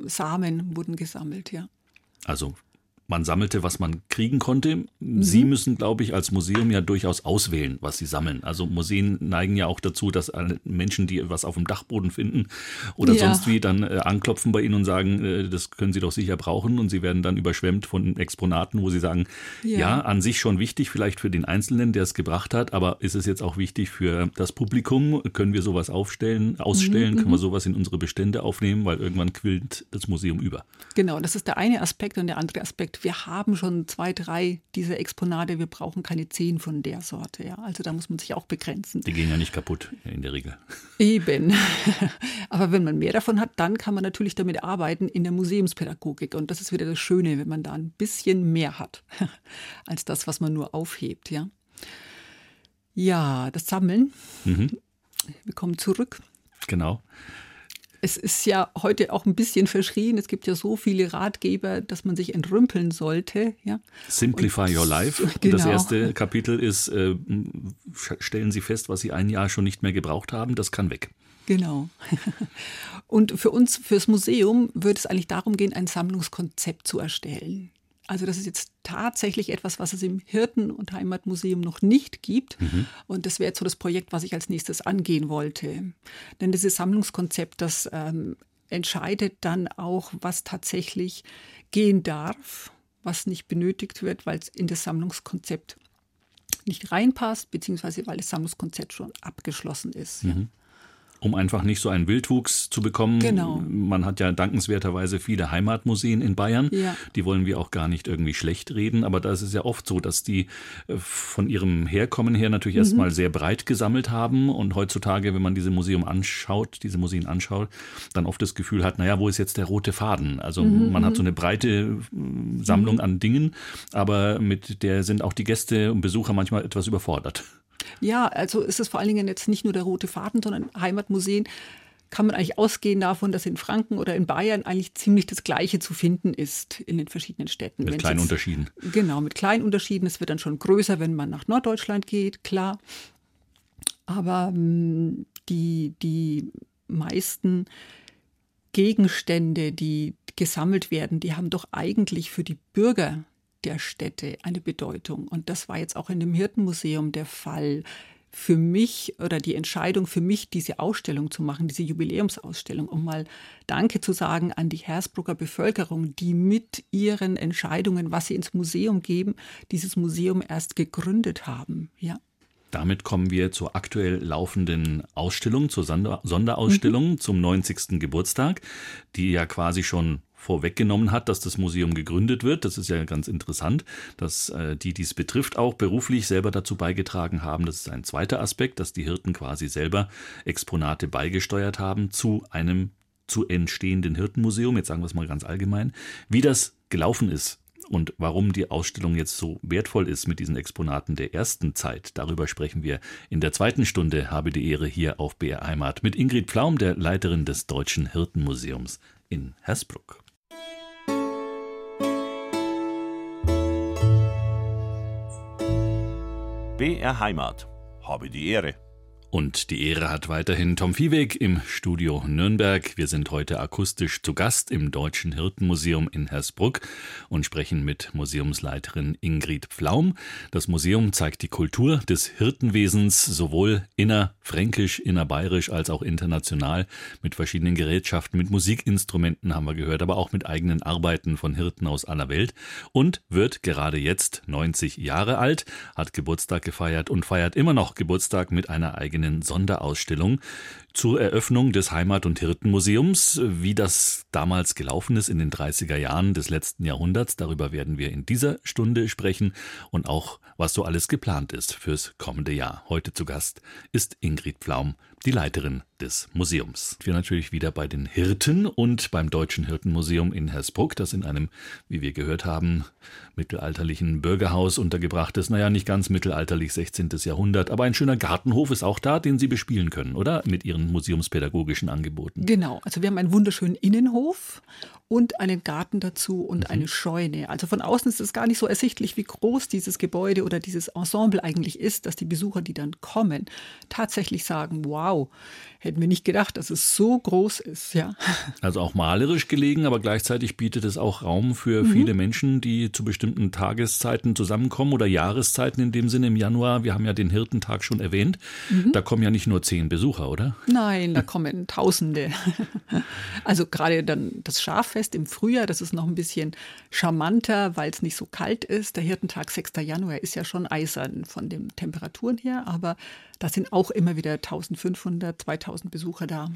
Samen wurden gesammelt, ja. Also man sammelte, was man kriegen konnte. Sie müssen, glaube ich, als Museum ja durchaus auswählen, was Sie sammeln. Also Museen neigen ja auch dazu, dass Menschen, die was auf dem Dachboden finden oder sonst wie, dann anklopfen bei Ihnen und sagen, das können Sie doch sicher brauchen. Und Sie werden dann überschwemmt von Exponaten, wo Sie sagen, ja, an sich schon wichtig, vielleicht für den Einzelnen, der es gebracht hat, aber ist es jetzt auch wichtig für das Publikum? Können wir sowas ausstellen? Können wir sowas in unsere Bestände aufnehmen? Weil irgendwann quillt das Museum über. Genau, das ist der eine Aspekt und der andere Aspekt. Wir haben schon 2, 3 dieser Exponate, wir brauchen keine 10 von der Sorte. Ja. Also da muss man sich auch begrenzen. Die gehen ja nicht kaputt in der Regel. Eben. Aber wenn man mehr davon hat, dann kann man natürlich damit arbeiten in der Museumspädagogik. Und das ist wieder das Schöne, wenn man da ein bisschen mehr hat als das, was man nur aufhebt. Ja, ja, das Sammeln. Wir kommen zurück. Genau. Es ist ja heute auch ein bisschen verschrien. Es gibt ja so viele Ratgeber, dass man sich entrümpeln sollte. Ja? Simplify your life. Genau. Das erste Kapitel ist, stellen Sie fest, was Sie ein Jahr schon nicht mehr gebraucht haben. Das kann weg. Genau. Und für uns, fürs Museum, wird es eigentlich darum gehen, ein Sammlungskonzept zu erstellen. Also das ist jetzt tatsächlich etwas, was es im Hirten- und Heimatmuseum noch nicht gibt. Und das wäre jetzt so das Projekt, was ich als nächstes angehen wollte. Denn dieses Sammlungskonzept, das entscheidet dann auch, was tatsächlich gehen darf, was nicht benötigt wird, weil es in das Sammlungskonzept nicht reinpasst, beziehungsweise weil das Sammlungskonzept schon abgeschlossen ist. Um einfach nicht so einen Wildwuchs zu bekommen. Genau. Man hat ja dankenswerterweise viele Heimatmuseen in Bayern. Ja. Die wollen wir auch gar nicht irgendwie schlecht reden. Aber da ist es ja oft so, dass die von ihrem Herkommen her natürlich erstmal sehr breit gesammelt haben. Und heutzutage, wenn man diese Museen anschaut, dann oft das Gefühl hat, naja, wo ist jetzt der rote Faden? Also man hat so eine breite Sammlung an Dingen, aber mit der sind auch die Gäste und Besucher manchmal etwas überfordert. Ja, also ist es vor allen Dingen jetzt nicht nur der rote Faden, sondern Heimatmuseen kann man eigentlich ausgehen davon, dass in Franken oder in Bayern eigentlich ziemlich das Gleiche zu finden ist in den verschiedenen Städten. Mit kleinen Unterschieden. Genau, mit kleinen Unterschieden. Es wird dann schon größer, wenn man nach Norddeutschland geht, klar. Aber die meisten Gegenstände, die gesammelt werden, die haben doch eigentlich für die Bürger der Städte eine Bedeutung. Und das war jetzt auch in dem Hirtenmuseum der Fall. Für mich oder die Entscheidung für mich, diese Ausstellung zu machen, diese Jubiläumsausstellung, um mal Danke zu sagen an die Hersbrucker Bevölkerung, die mit ihren Entscheidungen, was sie ins Museum geben, dieses Museum erst gegründet haben. Ja. Damit kommen wir zur aktuell laufenden Ausstellung, zur Sonderausstellung zum 90. Geburtstag, die ja quasi schon vorweggenommen hat, dass das Museum gegründet wird. Das ist ja ganz interessant, dass die es betrifft, auch beruflich selber dazu beigetragen haben. Das ist ein zweiter Aspekt, dass die Hirten quasi selber Exponate beigesteuert haben zu einem zu entstehenden Hirtenmuseum. Jetzt sagen wir es mal ganz allgemein. Wie das gelaufen ist und warum die Ausstellung jetzt so wertvoll ist mit diesen Exponaten der ersten Zeit, darüber sprechen wir in der zweiten Stunde Habe die Ehre hier auf BR Heimat mit Ingrid Pflaum, der Leiterin des Deutschen Hirtenmuseums in Hersbruck. BR Heimat. Habe die Ehre. Und die Ehre hat weiterhin Tom Viehweg im Studio Nürnberg. Wir sind heute akustisch zu Gast im Deutschen Hirtenmuseum in Hersbruck und sprechen mit Museumsleiterin Ingrid Pflaum. Das Museum zeigt die Kultur des Hirtenwesens sowohl innerfränkisch, innerbayerisch als auch international mit verschiedenen Gerätschaften, mit Musikinstrumenten haben wir gehört, aber auch mit eigenen Arbeiten von Hirten aus aller Welt und wird gerade jetzt 90 Jahre alt, hat Geburtstag gefeiert und feiert immer noch Geburtstag mit einer eigenen Sonderausstellung zur Eröffnung des Heimat- und Hirtenmuseums. Wie das damals gelaufen ist in den 30er Jahren des letzten Jahrhunderts, darüber werden wir in dieser Stunde sprechen und auch, was so alles geplant ist fürs kommende Jahr. Heute zu Gast ist Ingrid Pflaum, die Leiterin des Museums. Wir natürlich wieder bei den Hirten und beim Deutschen Hirtenmuseum in Hersbruck, das in einem, wie wir gehört haben, mittelalterlichen Bürgerhaus untergebracht ist. Naja, nicht ganz mittelalterlich, 16. Jahrhundert, aber ein schöner Gartenhof ist auch da, den Sie bespielen können, oder? Mit Ihren museumspädagogischen Angeboten. Genau, also wir haben einen wunderschönen Innenhof und einen Garten dazu und eine Scheune. Also von außen ist es gar nicht so ersichtlich, wie groß dieses Gebäude oder dieses Ensemble eigentlich ist, dass die Besucher, die dann kommen, tatsächlich sagen, wow, hätten wir nicht gedacht, dass es so groß ist. Ja. Also auch malerisch gelegen, aber gleichzeitig bietet es auch Raum für viele Menschen, die zu bestimmten Tageszeiten zusammenkommen oder Jahreszeiten in dem Sinne im Januar. Wir haben ja den Hirtentag schon erwähnt. Da kommen ja nicht nur 10 Besucher, oder? Nein, da kommen Tausende. Also gerade dann das Schaffest im Frühjahr, das ist noch ein bisschen charmanter, weil es nicht so kalt ist. Der Hirtentag 6. Januar ist ja schon eisern von den Temperaturen her, aber da sind auch immer wieder 1500, 2000 Besucher da.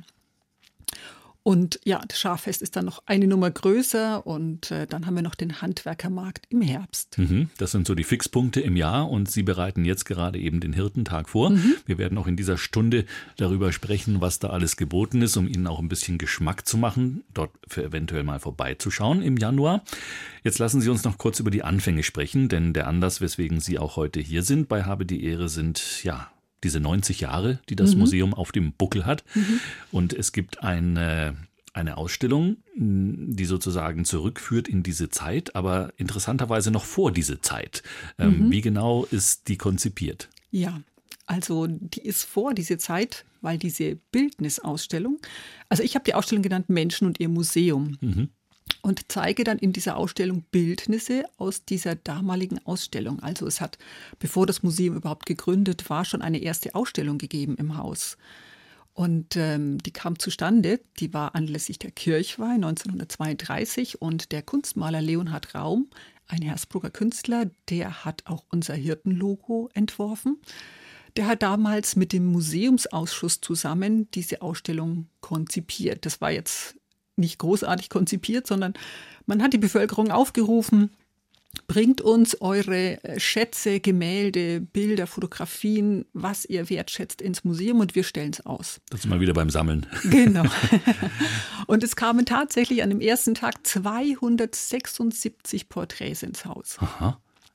Und ja, das Schaffest ist dann noch eine Nummer größer und dann haben wir noch den Handwerkermarkt im Herbst. Das sind so die Fixpunkte im Jahr und Sie bereiten jetzt gerade eben den Hirtentag vor. Wir werden auch in dieser Stunde darüber sprechen, was da alles geboten ist, um Ihnen auch ein bisschen Geschmack zu machen, dort für eventuell mal vorbeizuschauen im Januar. Jetzt lassen Sie uns noch kurz über die Anfänge sprechen, denn der Anlass, weswegen Sie auch heute hier sind bei Habe die Ehre, sind ja diese 90 Jahre, die das Museum auf dem Buckel hat. Und es gibt eine Ausstellung, die sozusagen zurückführt in diese Zeit, aber interessanterweise noch vor diese Zeit. Wie genau ist die konzipiert? Ja, also die ist vor diese Zeit, weil diese Bildnisausstellung, also ich habe die Ausstellung genannt Menschen und ihr Museum. Und zeige dann in dieser Ausstellung Bildnisse aus dieser damaligen Ausstellung. Also es hat, bevor das Museum überhaupt gegründet war, schon eine erste Ausstellung gegeben im Haus. Und die kam zustande, die war anlässlich der Kirchweih 1932 und der Kunstmaler Leonhard Raum, ein Hersbrucker Künstler, der hat auch unser Hirtenlogo entworfen. Der hat damals mit dem Museumsausschuss zusammen diese Ausstellung konzipiert. Das war jetzt nicht großartig konzipiert, sondern man hat die Bevölkerung aufgerufen, bringt uns eure Schätze, Gemälde, Bilder, Fotografien, was ihr wertschätzt ins Museum und wir stellen es aus. Das sind wir wieder beim Sammeln. Genau. Und es kamen tatsächlich an dem ersten Tag 276 Porträts ins Haus. Aha.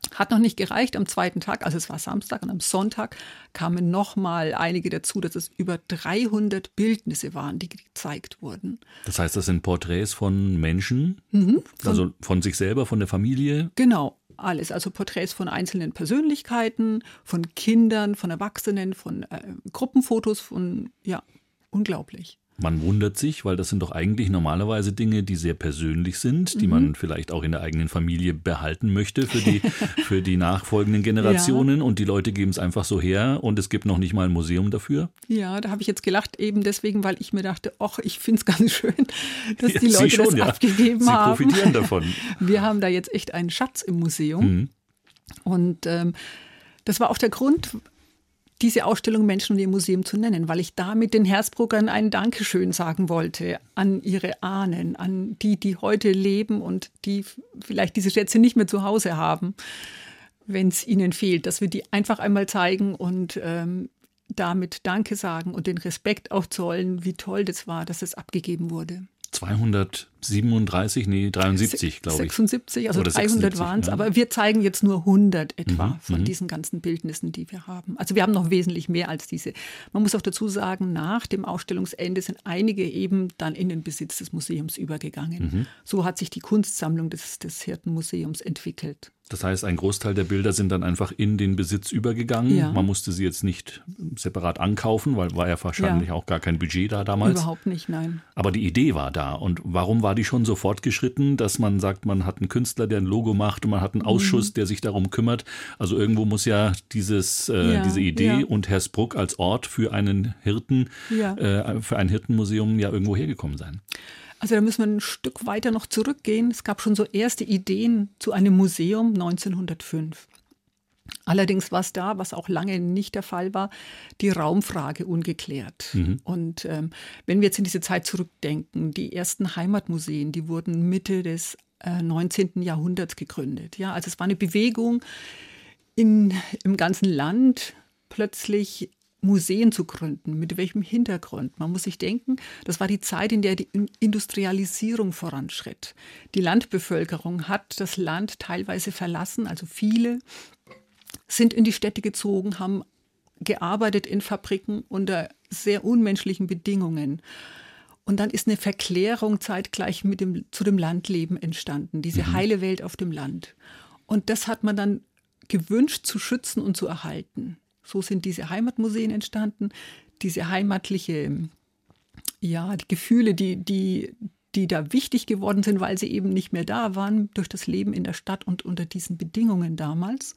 Hat noch nicht gereicht. Am zweiten Tag, also es war Samstag, und am Sonntag kamen noch mal einige dazu, dass es über 300 Bildnisse waren, die gezeigt wurden. Das heißt, das sind Porträts von Menschen, also von sich selber, von der Familie? Genau, alles. Also Porträts von einzelnen Persönlichkeiten, von Kindern, von Erwachsenen, von Gruppenfotos, unglaublich. Man wundert sich, weil das sind doch eigentlich normalerweise Dinge, die sehr persönlich sind, die man vielleicht auch in der eigenen Familie behalten möchte für die nachfolgenden Generationen. Ja. Und die Leute geben es einfach so her und es gibt noch nicht mal ein Museum dafür. Ja, da habe ich jetzt gelacht, eben deswegen, weil ich mir dachte, ich finde es ganz schön, dass die Leute das abgegeben haben. Sie profitieren davon. Wir haben da jetzt echt einen Schatz im Museum. Und das war auch der Grund, diese Ausstellung Menschen und ihr Museum zu nennen, weil ich damit den Hersbruckern ein Dankeschön sagen wollte an ihre Ahnen, an die heute leben und die vielleicht diese Schätze nicht mehr zu Hause haben, wenn es ihnen fehlt, dass wir die einfach einmal zeigen und damit Danke sagen und den Respekt auch zollen, wie toll das war, dass es abgegeben wurde. 73, glaube ich. 76, also 300 waren es, aber wir zeigen jetzt nur 100 etwa von diesen ganzen Bildnissen, die wir haben. Also wir haben noch wesentlich mehr als diese. Man muss auch dazu sagen, nach dem Ausstellungsende sind einige eben dann in den Besitz des Museums übergegangen. So hat sich die Kunstsammlung des Hirtenmuseums entwickelt. Das heißt, ein Großteil der Bilder sind dann einfach in den Besitz übergegangen. Ja. Man musste sie jetzt nicht separat ankaufen, weil war ja wahrscheinlich auch gar kein Budget da damals. Überhaupt nicht, nein. Aber die Idee war da. Und warum war die schon so fortgeschritten, dass man sagt, man hat einen Künstler, der ein Logo macht und man hat einen Ausschuss, der sich darum kümmert. Also irgendwo muss ja diese Idee und Hersbruck als Ort für einen Hirten, für ein Hirtenmuseum ja irgendwo hergekommen sein. Also da müssen wir ein Stück weiter noch zurückgehen. Es gab schon so erste Ideen zu einem Museum 1905. Allerdings war es da, was auch lange nicht der Fall war, die Raumfrage ungeklärt. Und wenn wir jetzt in diese Zeit zurückdenken, die ersten Heimatmuseen, die wurden Mitte des 19. Jahrhunderts gegründet. Ja, also es war eine Bewegung im ganzen Land, plötzlich Museen zu gründen. Mit welchem Hintergrund? Man muss sich denken, das war die Zeit, in der die Industrialisierung voranschritt. Die Landbevölkerung hat das Land teilweise verlassen, also viele sind in die Städte gezogen, haben gearbeitet in Fabriken unter sehr unmenschlichen Bedingungen. Und dann ist eine Verklärung zeitgleich zu dem Landleben entstanden, diese heile Welt auf dem Land. Und das hat man dann gewünscht zu schützen und zu erhalten. So sind diese Heimatmuseen entstanden, diese heimatliche, die Gefühle, die da wichtig geworden sind, weil sie eben nicht mehr da waren durch das Leben in der Stadt und unter diesen Bedingungen damals.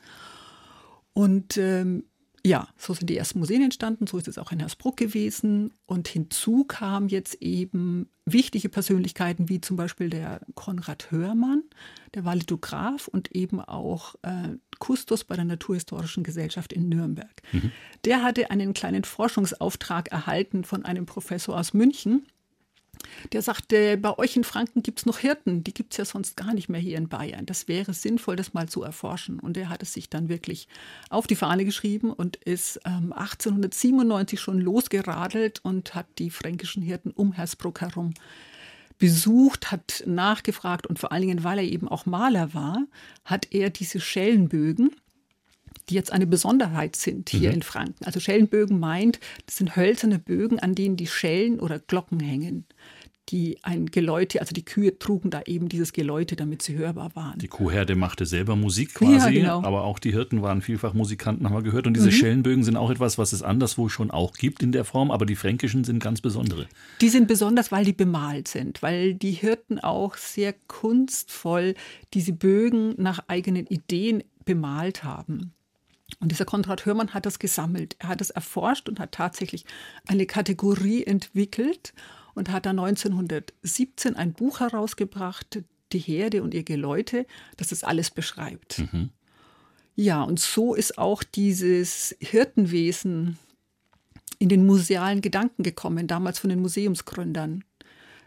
Und so sind die ersten Museen entstanden, so ist es auch in Hersbruck gewesen. Und hinzu kamen jetzt eben wichtige Persönlichkeiten wie zum Beispiel der Konrad Hörmann, der war Lithograph und eben auch Kustos bei der Naturhistorischen Gesellschaft in Nürnberg. Der hatte einen kleinen Forschungsauftrag erhalten von einem Professor aus München. Der sagte, bei euch in Franken gibt es noch Hirten, die gibt es ja sonst gar nicht mehr hier in Bayern. Das wäre sinnvoll, das mal zu erforschen. Und er hat es sich dann wirklich auf die Fahne geschrieben und ist 1897 schon losgeradelt und hat die fränkischen Hirten um Hersbruck herum besucht, hat nachgefragt und vor allen Dingen, weil er eben auch Maler war, hat er diese Schellenbögen, die jetzt eine Besonderheit sind hier in Franken. Also Schellenbögen meint, das sind hölzerne Bögen, an denen die Schellen oder Glocken hängen, die ein Geläute, also die Kühe trugen da eben dieses Geläute, damit sie hörbar waren. Die Kuhherde machte selber Musik quasi, genau. Aber auch die Hirten waren vielfach Musikanten, haben wir gehört. Und diese Schellenbögen sind auch etwas, was es anderswo schon auch gibt in der Form, aber die fränkischen sind ganz besondere. Die sind besonders, weil die bemalt sind, weil die Hirten auch sehr kunstvoll diese Bögen nach eigenen Ideen bemalt haben. Und dieser Konrad Hörmann hat das gesammelt. Er hat es erforscht und hat tatsächlich eine Kategorie entwickelt und hat dann 1917 ein Buch herausgebracht, Die Herde und ihr Geläute, das das alles beschreibt. Ja, und so ist auch dieses Hirtenwesen in den musealen Gedanken gekommen, damals von den Museumsgründern.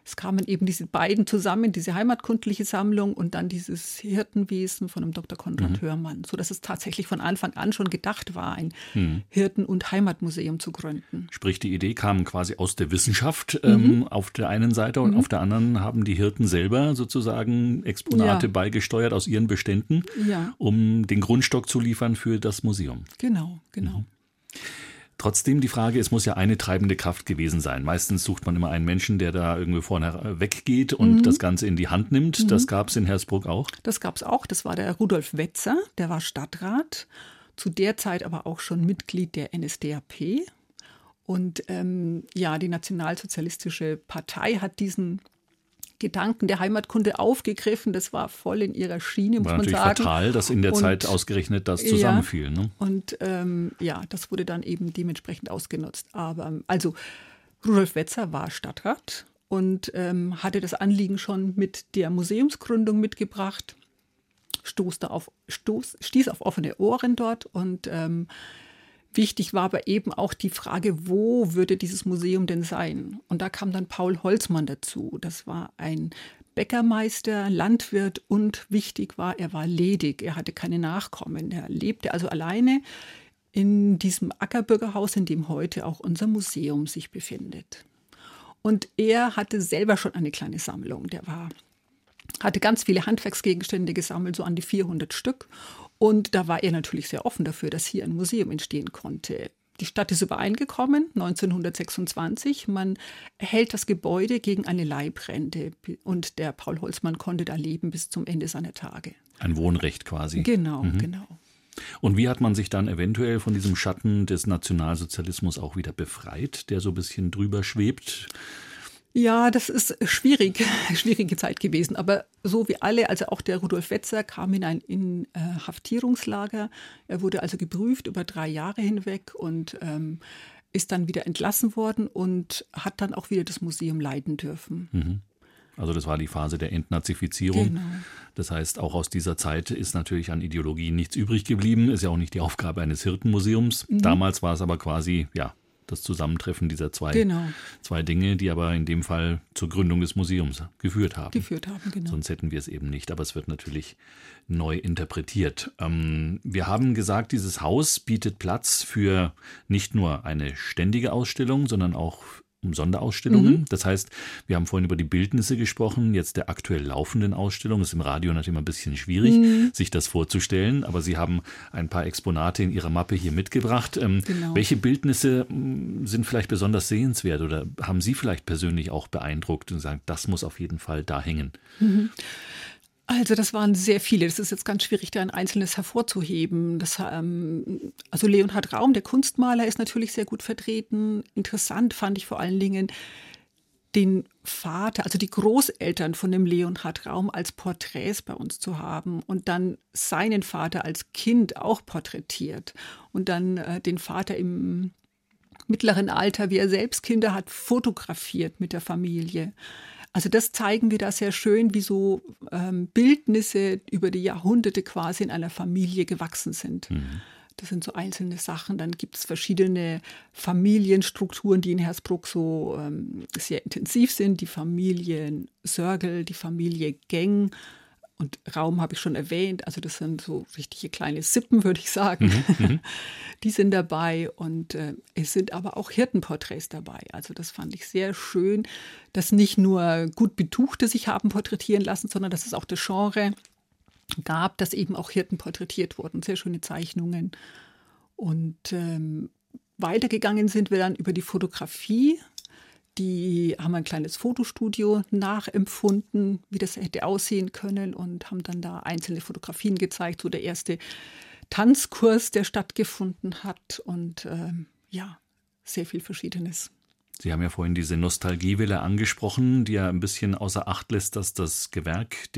es kamen eben diese beiden zusammen, diese heimatkundliche Sammlung und dann dieses Hirtenwesen von dem Dr. Konrad Hörmann, sodass es tatsächlich von Anfang an schon gedacht war, ein Hirten- und Heimatmuseum zu gründen. Sprich, die Idee kam quasi aus der Wissenschaft auf der einen Seite und auf der anderen haben die Hirten selber sozusagen Exponate beigesteuert aus ihren Beständen, um den Grundstock zu liefern für das Museum. Genau. Trotzdem die Frage, es muss ja eine treibende Kraft gewesen sein. Meistens sucht man immer einen Menschen, der da irgendwie vorne weggeht und das Ganze in die Hand nimmt. Das gab es in Hersbruck auch? Das gab es auch. Das war der Rudolf Wetzer, der war Stadtrat, zu der Zeit aber auch schon Mitglied der NSDAP. Und die Nationalsozialistische Partei hat diesen Gedanken der Heimatkunde aufgegriffen. Das war voll in ihrer Schiene, muss man sagen. War natürlich fatal, dass in der Zeit ausgerechnet das zusammenfiel. Ne? Und das wurde dann eben dementsprechend ausgenutzt. Aber also Rudolf Wetzer war Stadtrat und hatte das Anliegen schon mit der Museumsgründung mitgebracht, stieß auf offene Ohren dort und wichtig war aber eben auch die Frage, wo würde dieses Museum denn sein? Und da kam dann Paul Holzmann dazu. Das war ein Bäckermeister, Landwirt und wichtig war, er war ledig. Er hatte keine Nachkommen. Er lebte also alleine in diesem Ackerbürgerhaus, in dem heute auch unser Museum sich befindet. Und er hatte selber schon eine kleine Sammlung. Hatte ganz viele Handwerksgegenstände gesammelt, so an die 400 Stück. Und da war er natürlich sehr offen dafür, dass hier ein Museum entstehen konnte. Die Stadt ist übereingekommen, 1926. Man erhält das Gebäude gegen eine Leibrente. Und der Paul Holzmann konnte da leben bis zum Ende seiner Tage. Ein Wohnrecht quasi. Genau. Und wie hat man sich dann eventuell von diesem Schatten des Nationalsozialismus auch wieder befreit, der so ein bisschen drüber schwebt? Ja, das ist schwierige Zeit gewesen. Aber so wie alle, also auch der Rudolf Wetzer kam in ein Inhaftierungslager. Er wurde also geprüft über 3 Jahre hinweg und ist dann wieder entlassen worden und hat dann auch wieder das Museum leiten dürfen. Also das war die Phase der Entnazifizierung. Genau. Das heißt, auch aus dieser Zeit ist natürlich an Ideologie nichts übrig geblieben. Ist ja auch nicht die Aufgabe eines Hirtenmuseums. Damals war es aber quasi, das Zusammentreffen dieser zwei Dinge, die aber in dem Fall zur Gründung des Museums geführt haben. Genau. Sonst hätten wir es eben nicht, aber es wird natürlich neu interpretiert. Wir haben gesagt, dieses Haus bietet Platz für nicht nur eine ständige Ausstellung, sondern auch Sonderausstellungen. Das heißt, wir haben vorhin über die Bildnisse gesprochen, jetzt der aktuell laufenden Ausstellung. Ist im Radio natürlich immer ein bisschen schwierig, sich das vorzustellen, aber Sie haben ein paar Exponate in Ihrer Mappe hier mitgebracht. Welche Bildnisse sind vielleicht besonders sehenswert oder haben Sie vielleicht persönlich auch beeindruckt und sagen, das muss auf jeden Fall da hängen? Also das waren sehr viele. Das ist jetzt ganz schwierig, da ein einzelnes hervorzuheben. Also Leonhard Raum, der Kunstmaler, ist natürlich sehr gut vertreten. Interessant fand ich vor allen Dingen den Vater, also die Großeltern von dem Leonhard Raum als Porträts bei uns zu haben und dann seinen Vater als Kind auch porträtiert und dann den Vater im mittleren Alter, wie er selbst Kinder hat, fotografiert mit der Familie. Also das zeigen wir da sehr schön, wie so Bildnisse über die Jahrhunderte quasi in einer Familie gewachsen sind. Das sind so einzelne Sachen. Dann gibt es verschiedene Familienstrukturen, die in Hersbruck so sehr intensiv sind. Die Familien Sörgel, die Familie Geng und Raum habe ich schon erwähnt. Also das sind so richtige kleine Sippen, würde ich sagen. Die sind dabei und es sind aber auch Hirtenporträts dabei. Also das fand ich sehr schön, dass nicht nur gut Betuchte sich haben porträtieren lassen, sondern dass es auch das Genre gab, dass eben auch Hirten porträtiert wurden. Sehr schöne Zeichnungen. Und weitergegangen sind wir dann über die Fotografie. Die haben ein kleines Fotostudio nachempfunden, wie das hätte aussehen können und haben dann da einzelne Fotografien gezeigt, so der erste Tanzkurs, der stattgefunden hat und sehr viel Verschiedenes. Sie haben ja vorhin diese Nostalgiewelle angesprochen, die ja ein bisschen außer Acht lässt, dass das Gewerk der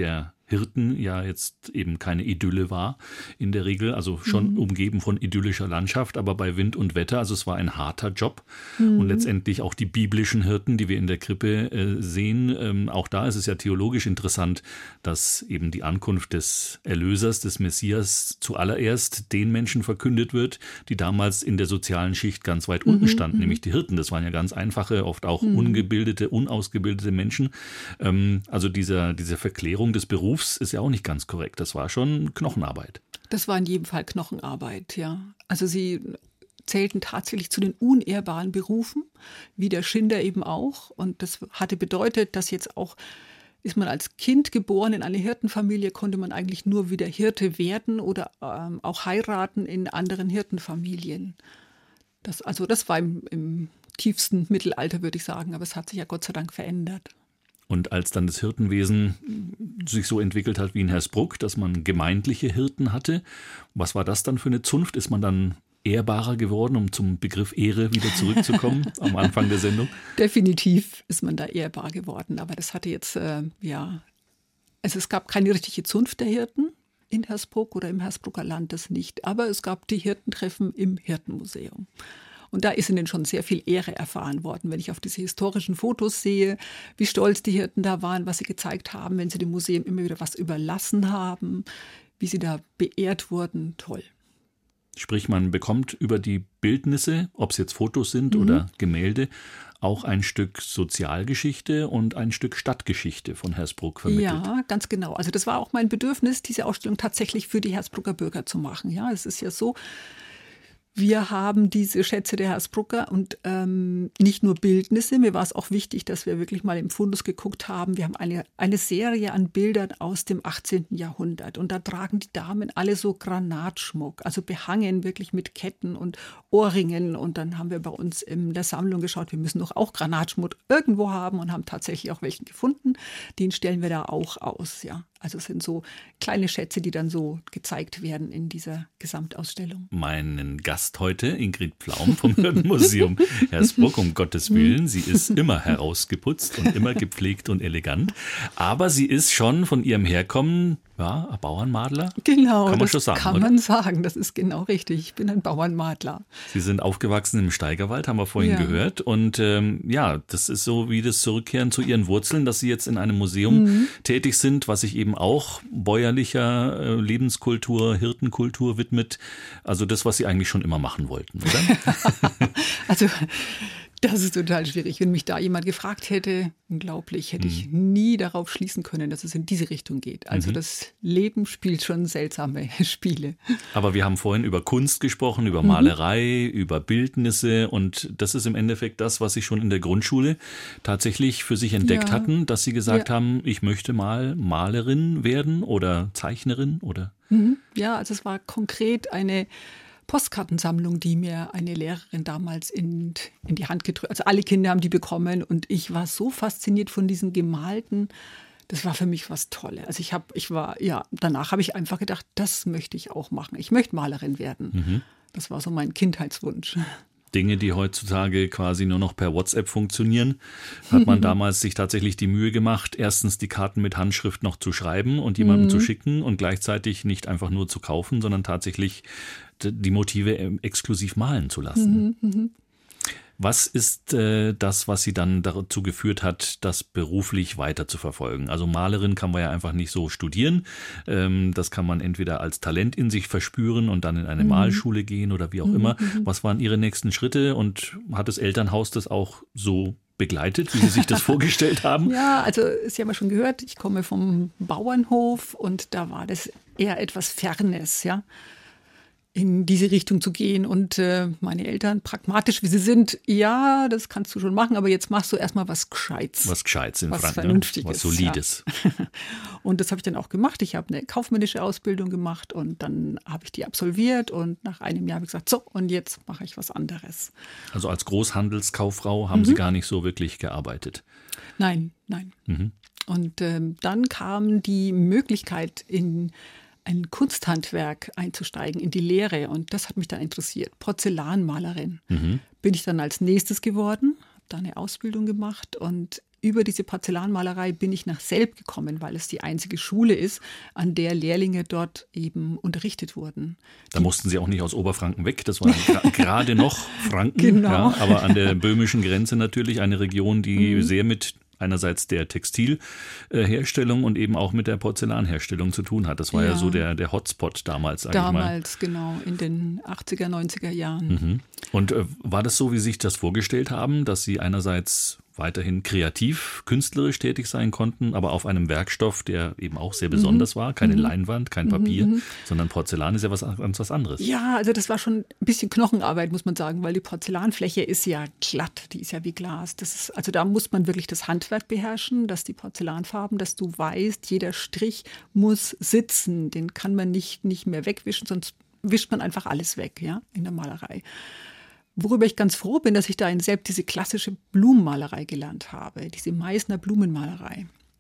Hirten ja jetzt eben keine Idylle war in der Regel, also schon umgeben von idyllischer Landschaft, aber bei Wind und Wetter, also es war ein harter Job. Und letztendlich auch die biblischen Hirten, die wir in der Krippe sehen, auch da ist es ja theologisch interessant, dass eben die Ankunft des Erlösers, des Messias zuallererst den Menschen verkündet wird, die damals in der sozialen Schicht ganz weit unten standen, nämlich die Hirten. Das waren ja ganz einfache, oft auch ungebildete, unausgebildete Menschen. Also diese Verklärung des Berufs ist ja auch nicht ganz korrekt. Das war schon Knochenarbeit. Das war in jedem Fall Knochenarbeit, ja. Also sie zählten tatsächlich zu den unehrbaren Berufen, wie der Schinder eben auch. Und das hatte bedeutet, dass jetzt auch, ist man als Kind geboren in eine Hirtenfamilie, konnte man eigentlich nur wieder Hirte werden oder auch heiraten in anderen Hirtenfamilien. Das war im tiefsten Mittelalter, würde ich sagen. Aber es hat sich ja Gott sei Dank verändert. Und als dann das Hirtenwesen sich so entwickelt hat wie in Hersbruck, dass man gemeindliche Hirten hatte, was war das dann für eine Zunft? Ist man dann ehrbarer geworden, um zum Begriff Ehre wieder zurückzukommen am Anfang der Sendung? Definitiv ist man da ehrbar geworden. Aber das hatte jetzt, also es gab keine richtige Zunft der Hirten in Hersbruck oder im Hersbrucker Land, das nicht. Aber es gab die Hirtentreffen im Hirtenmuseum. Und da ist ihnen schon sehr viel Ehre erfahren worden, wenn ich auf diese historischen Fotos sehe, wie stolz die Hirten da waren, was sie gezeigt haben, wenn sie dem Museum immer wieder was überlassen haben, wie sie da beehrt wurden. Toll. Sprich, man bekommt über die Bildnisse, ob es jetzt Fotos sind oder Gemälde, auch ein Stück Sozialgeschichte und ein Stück Stadtgeschichte von Hersbruck vermittelt. Ja, ganz genau. Also das war auch mein Bedürfnis, diese Ausstellung tatsächlich für die Hersbrucker Bürger zu machen. Ja, es ist ja so, wir haben diese Schätze der Hersbrucker und nicht nur Bildnisse. Mir war es auch wichtig, dass wir wirklich mal im Fundus geguckt haben. Wir haben eine Serie an Bildern aus dem 18. Jahrhundert. Und da tragen die Damen alle so Granatschmuck, also behangen wirklich mit Ketten und Ohrringen. Und dann haben wir bei uns in der Sammlung geschaut, wir müssen doch auch Granatschmuck irgendwo haben und haben tatsächlich auch welchen gefunden. Den stellen wir da auch aus, ja. Also es sind so kleine Schätze, die dann so gezeigt werden in dieser Gesamtausstellung. Meinen Gast heute, Ingrid Pflaum vom Hirtenmuseum Hersbruck, um Gottes Willen. Sie ist immer herausgeputzt und immer gepflegt und elegant. Aber sie ist schon von ihrem Herkommen, ja, ein Bauernmadler? Genau, kann man schon sagen, kann man sagen. Das ist genau richtig. Ich bin ein Bauernmadler. Sie sind aufgewachsen im Steigerwald, haben wir vorhin gehört. Und das ist so wie das Zurückkehren zu ihren Wurzeln, dass Sie jetzt in einem Museum tätig sind, was sich eben auch bäuerlicher Lebenskultur, Hirtenkultur widmet. Also das, was Sie eigentlich schon immer machen wollten, oder? Also das ist total schwierig. Wenn mich da jemand gefragt hätte, unglaublich, hätte ich nie darauf schließen können, dass es in diese Richtung geht. Also das Leben spielt schon seltsame Spiele. Aber wir haben vorhin über Kunst gesprochen, über Malerei, über Bildnisse und das ist im Endeffekt das, was Sie schon in der Grundschule tatsächlich für sich entdeckt hatten, dass Sie gesagt haben, ich möchte mal Malerin werden oder Zeichnerin oder? Ja, also es war konkret eine Postkartensammlung, die mir eine Lehrerin damals in die Hand gedrückt hat. Also alle Kinder haben die bekommen und ich war so fasziniert von diesen gemalten. Das war für mich was Tolles. Also danach habe ich einfach gedacht, das möchte ich auch machen. Ich möchte Malerin werden. Das war so mein Kindheitswunsch. Dinge, die heutzutage quasi nur noch per WhatsApp funktionieren, hat man damals sich tatsächlich die Mühe gemacht, erstens die Karten mit Handschrift noch zu schreiben und jemandem zu schicken und gleichzeitig nicht einfach nur zu kaufen, sondern tatsächlich die Motive exklusiv malen zu lassen. Was ist das, was Sie dann dazu geführt hat, das beruflich weiter zu verfolgen? Also Malerin kann man ja einfach nicht so studieren. Das kann man entweder als Talent in sich verspüren und dann in eine Malschule gehen oder wie auch immer. Was waren Ihre nächsten Schritte und hat das Elternhaus das auch so begleitet, wie Sie sich das vorgestellt haben? Ja, also Sie haben ja schon gehört, ich komme vom Bauernhof und da war das eher etwas Fernes, ja, in diese Richtung zu gehen. Und meine Eltern, pragmatisch wie sie sind, ja, das kannst du schon machen, aber jetzt machst du erstmal was Gescheites. Was Gescheites in Franken, Vernünftiges, was Solides. Ja. Und das habe ich dann auch gemacht. Ich habe eine kaufmännische Ausbildung gemacht und dann habe ich die absolviert und nach einem Jahr habe ich gesagt, so, und jetzt mache ich was anderes. Also als Großhandelskauffrau haben Sie gar nicht so wirklich gearbeitet? Nein. Und dann kam die Möglichkeit, in ein Kunsthandwerk einzusteigen, in die Lehre. Und das hat mich dann interessiert. Porzellanmalerin bin ich dann als nächstes geworden, habe da eine Ausbildung gemacht und über diese Porzellanmalerei bin ich nach Selb gekommen, weil es die einzige Schule ist, an der Lehrlinge dort eben unterrichtet wurden. Da mussten Sie auch nicht aus Oberfranken weg, das war gerade noch Franken, Genau. ja, aber an der böhmischen Grenze natürlich eine Region, die sehr mit einerseits der Textilherstellung und eben auch mit der Porzellanherstellung zu tun hat. Das war ja so der Hotspot damals, sag ich mal. Damals, genau, in den 80er, 90er Jahren. Und war das so, wie Sie sich das vorgestellt haben, dass Sie einerseits weiterhin kreativ, künstlerisch tätig sein konnten, aber auf einem Werkstoff, der eben auch sehr besonders war, keine Leinwand, kein Papier, sondern Porzellan ist ja was anderes. Ja, also das war schon ein bisschen Knochenarbeit, muss man sagen, weil die Porzellanfläche ist ja glatt, die ist ja wie Glas. Also da muss man wirklich das Handwerk beherrschen, dass die Porzellanfarben, dass du weißt, jeder Strich muss sitzen, den kann man nicht mehr wegwischen, sonst wischt man einfach alles weg, ja, in der Malerei. Worüber ich ganz froh bin, dass ich da in Selb diese klassische Blumenmalerei gelernt habe, diese Meißner Blumenmalerei.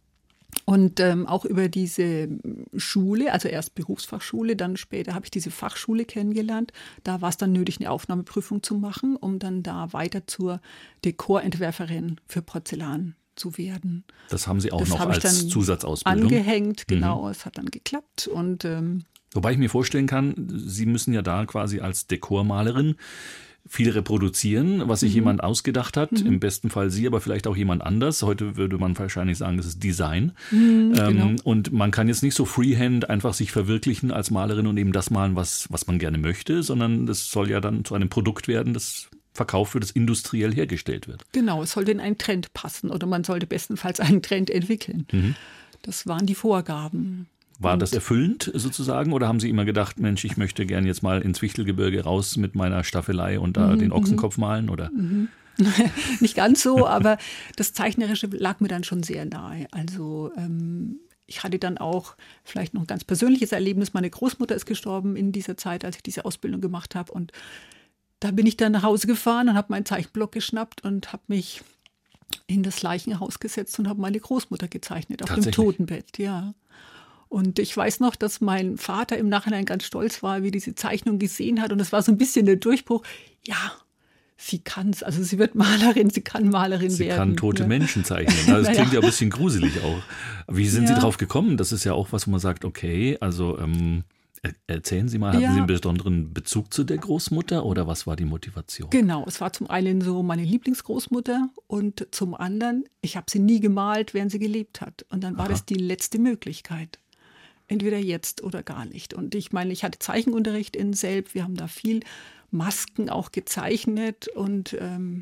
Und auch über diese Schule, also erst Berufsfachschule, dann später habe ich diese Fachschule kennengelernt. Da war es dann nötig, eine Aufnahmeprüfung zu machen, um dann da weiter zur Dekorentwerferin für Porzellan zu werden. Das haben Sie auch noch als Zusatzausbildung angehängt, genau. Es hat dann geklappt und wobei ich mir vorstellen kann, Sie müssen ja da quasi als Dekormalerin viel reproduzieren, was sich jemand ausgedacht hat. Im besten Fall Sie, aber vielleicht auch jemand anders. Heute würde man wahrscheinlich sagen, das ist Design. Genau. Und man kann jetzt nicht so freehand einfach sich verwirklichen als Malerin und eben das malen, was man gerne möchte, sondern das soll ja dann zu einem Produkt werden, das verkauft wird, das industriell hergestellt wird. Genau, es sollte in einen Trend passen oder man sollte bestenfalls einen Trend entwickeln. Das waren die Vorgaben. War das erfüllend sozusagen oder haben Sie immer gedacht, Mensch, ich möchte gern jetzt mal ins Fichtelgebirge raus mit meiner Staffelei und da den Ochsenkopf malen? Oder? Nicht ganz so, aber das Zeichnerische lag mir dann schon sehr nahe. Also ich hatte dann auch vielleicht noch ein ganz persönliches Erlebnis. Meine Großmutter ist gestorben in dieser Zeit, als ich diese Ausbildung gemacht habe. Und da bin ich dann nach Hause gefahren und habe meinen Zeichenblock geschnappt und habe mich in das Leichenhaus gesetzt und habe meine Großmutter gezeichnet auf dem Totenbett, ja. Und ich weiß noch, dass mein Vater im Nachhinein ganz stolz war, wie diese Zeichnung gesehen hat. Und es war so ein bisschen der Durchbruch. Ja, sie kann es. Also sie wird Malerin, sie kann Malerin werden. Sie kann tote Menschen zeichnen. Also das klingt ja ein bisschen gruselig auch. Wie sind Sie drauf gekommen? Das ist ja auch was, wo man sagt, okay, also erzählen Sie mal, hatten Sie einen besonderen Bezug zu der Großmutter oder was war die Motivation? Genau, es war zum einen so meine Lieblingsgroßmutter und zum anderen, ich habe sie nie gemalt, während sie gelebt hat. Und dann war das die letzte Möglichkeit. Entweder jetzt oder gar nicht. Und ich meine, ich hatte Zeichenunterricht in Selb. Wir haben da viel Masken auch gezeichnet. Und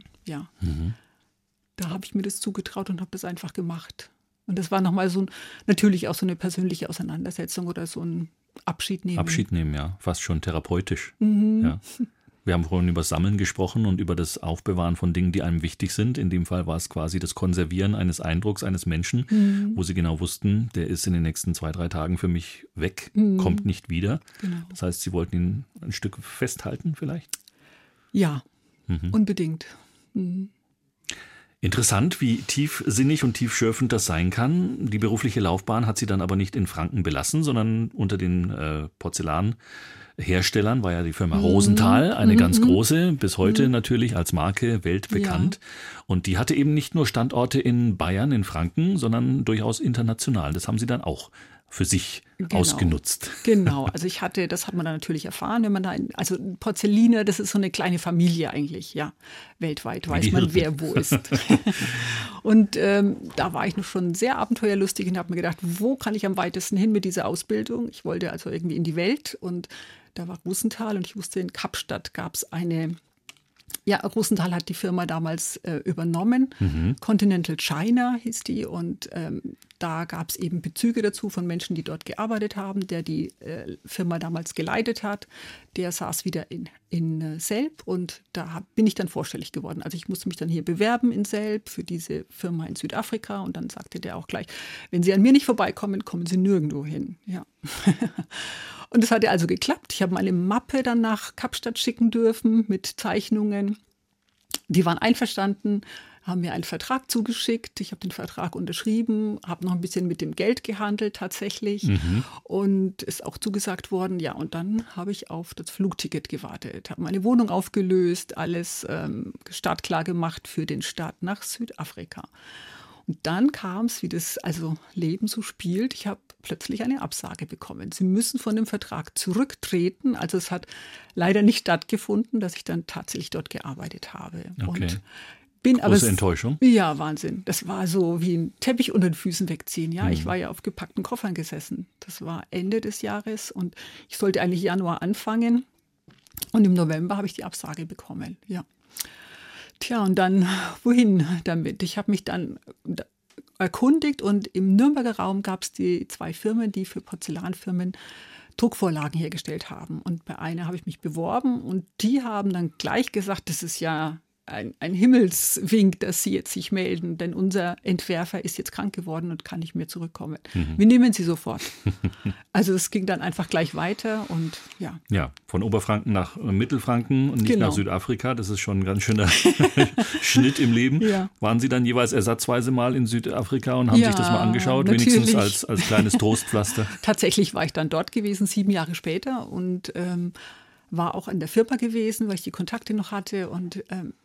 da habe ich mir das zugetraut und habe das einfach gemacht. Und das war nochmal natürlich auch so eine persönliche Auseinandersetzung oder so ein Abschied nehmen. Abschied nehmen, ja. Fast schon therapeutisch. Ja. Wir haben vorhin über Sammeln gesprochen und über das Aufbewahren von Dingen, die einem wichtig sind. In dem Fall war es quasi das Konservieren eines Eindrucks eines Menschen, wo Sie genau wussten, der ist in den nächsten 2-3 Tagen für mich weg, kommt nicht wieder. Genau. Das heißt, Sie wollten ihn ein Stück festhalten vielleicht? Ja, unbedingt. Interessant, wie tiefsinnig und tiefschürfend das sein kann. Die berufliche Laufbahn hat Sie dann aber nicht in Franken belassen, sondern unter den Porzellanherstellern war ja die Firma Rosenthal, eine ganz große, bis heute natürlich als Marke weltbekannt. Ja. Und die hatte eben nicht nur Standorte in Bayern, in Franken, sondern durchaus international. Das haben Sie dann auch für sich ausgenutzt. Genau, also das hat man dann natürlich erfahren, wenn man also Porzelliner, das ist so eine kleine Familie eigentlich, ja, weltweit weiß man, wer wo ist. Und da war ich noch schon sehr abenteuerlustig und habe mir gedacht, wo kann ich am weitesten hin mit dieser Ausbildung? Ich wollte also irgendwie in die Welt und da war Rosenthal und ich wusste, in Kapstadt gab es Rosenthal hat die Firma damals übernommen. Continental China hieß die und da gab es eben Bezüge dazu von Menschen, die dort gearbeitet haben. Der die Firma damals geleitet hat, der saß wieder in Selb und da bin ich dann vorstellig geworden. Also ich musste mich dann hier bewerben in Selb für diese Firma in Südafrika und dann sagte der auch gleich, wenn Sie an mir nicht vorbeikommen, kommen Sie nirgendwo hin. Ja. Und es hatte also geklappt. Ich habe meine Mappe dann nach Kapstadt schicken dürfen mit Zeichnungen. Die waren einverstanden, haben mir einen Vertrag zugeschickt. Ich habe den Vertrag unterschrieben, habe noch ein bisschen mit dem Geld gehandelt tatsächlich und ist auch zugesagt worden. Ja, und dann habe ich auf das Flugticket gewartet, habe meine Wohnung aufgelöst, alles startklar gemacht für den Start nach Südafrika. Und dann kam es, wie das also Leben so spielt. Ich habe plötzlich eine Absage bekommen. Sie müssen von dem Vertrag zurücktreten. Also es hat leider nicht stattgefunden, dass ich dann tatsächlich dort gearbeitet habe. Okay. Und bin große Enttäuschung? Ja, Wahnsinn. Das war so wie ein Teppich unter den Füßen wegziehen. Ja, ich war ja auf gepackten Koffern gesessen. Das war Ende des Jahres und ich sollte eigentlich Januar anfangen. Und im November habe ich die Absage bekommen. Ja. Tja, und dann wohin damit? Ich habe mich dann erkundigt und im Nürnberger Raum gab es die 2 Firmen, die für Porzellanfirmen Druckvorlagen hergestellt haben. Und bei einer habe ich mich beworben und die haben dann gleich gesagt, das ist ja ein Himmelswink, dass Sie jetzt sich melden, denn unser Entwerfer ist jetzt krank geworden und kann nicht mehr zurückkommen. Wir nehmen Sie sofort. Also es ging dann einfach gleich weiter und ja. Ja, von Oberfranken nach Mittelfranken und nicht nach Südafrika. Das ist schon ein ganz schöner Schnitt im Leben. Ja. Waren Sie dann jeweils ersatzweise mal in Südafrika und haben sich das mal angeschaut, natürlich. Wenigstens als kleines Trostpflaster? Tatsächlich war ich dann dort gewesen, 7 Jahre später und war auch in der Firma gewesen, weil ich die Kontakte noch hatte und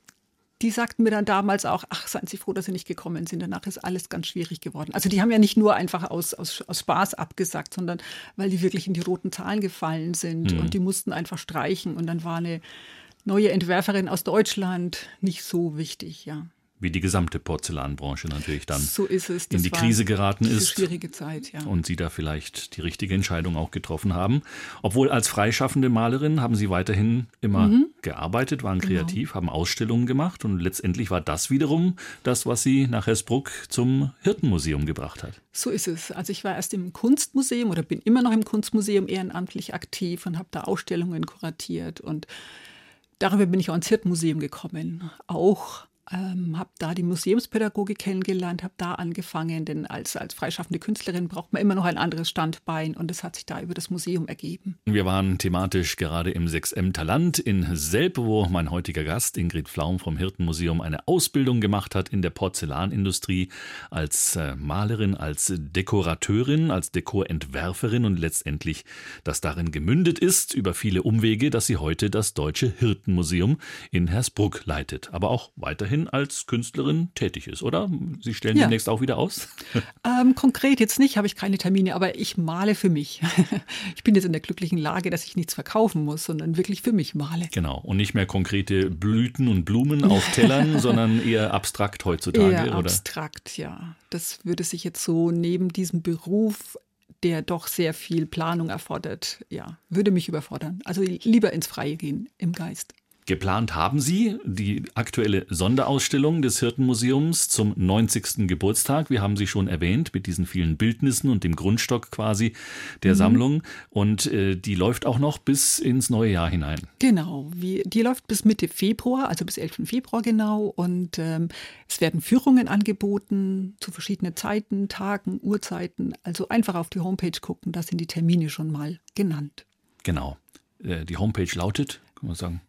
die sagten mir dann damals auch, ach, seien Sie froh, dass Sie nicht gekommen sind. Danach ist alles ganz schwierig geworden. Also die haben ja nicht nur einfach aus Spaß abgesagt, sondern weil die wirklich in die roten Zahlen gefallen sind. Und die mussten einfach streichen. Und dann war eine neue Entwerferin aus Deutschland nicht so wichtig, ja. Wie die gesamte Porzellanbranche natürlich dann so ist es. in die Krise geraten ist. Eine schwierige Zeit, ja. Und Sie da vielleicht die richtige Entscheidung auch getroffen haben. Obwohl als freischaffende Malerin haben Sie weiterhin immer gearbeitet, waren kreativ, haben Ausstellungen gemacht. Und letztendlich war das wiederum das, was Sie nach Hersbruck zum Hirtenmuseum gebracht hat. So ist es. Also ich war erst im Kunstmuseum oder bin immer noch im Kunstmuseum ehrenamtlich aktiv und habe da Ausstellungen kuratiert. Und darüber bin ich auch ins Hirtenmuseum gekommen. Auch habe da die Museumspädagogik kennengelernt, habe da angefangen, denn als freischaffende Künstlerin braucht man immer noch ein anderes Standbein und das hat sich da über das Museum ergeben. Wir waren thematisch gerade im 6M Talant in Selb, wo mein heutiger Gast Ingrid Pflaum vom Hirtenmuseum eine Ausbildung gemacht hat in der Porzellanindustrie als Malerin, als Dekorateurin, als Dekorentwerferin und letztendlich das darin gemündet ist, über viele Umwege, dass sie heute das Deutsche Hirtenmuseum in Hersbruck leitet, aber auch weiterhin als Künstlerin tätig ist, oder? Sie stellen demnächst auch wieder aus? Konkret jetzt nicht, habe ich keine Termine, aber ich male für mich. Ich bin jetzt in der glücklichen Lage, dass ich nichts verkaufen muss, sondern wirklich für mich male. Genau, und nicht mehr konkrete Blüten und Blumen auf Tellern, sondern eher abstrakt heutzutage, eher oder? Abstrakt, ja. Das würde sich jetzt so neben diesem Beruf, der doch sehr viel Planung erfordert, ja, würde mich überfordern. Also lieber ins Freie gehen im Geist. Geplant haben Sie die aktuelle Sonderausstellung des Hirtenmuseums zum 90. Geburtstag. Wir haben sie schon erwähnt mit diesen vielen Bildnissen und dem Grundstock quasi der Sammlung. Und die läuft auch noch bis ins neue Jahr hinein. Genau, die läuft bis Mitte Februar, also bis 11. Februar genau. Und es werden Führungen angeboten zu verschiedenen Zeiten, Tagen, Uhrzeiten. Also einfach auf die Homepage gucken, da sind die Termine schon mal genannt. Genau. Die Homepage lautet, kann man sagen,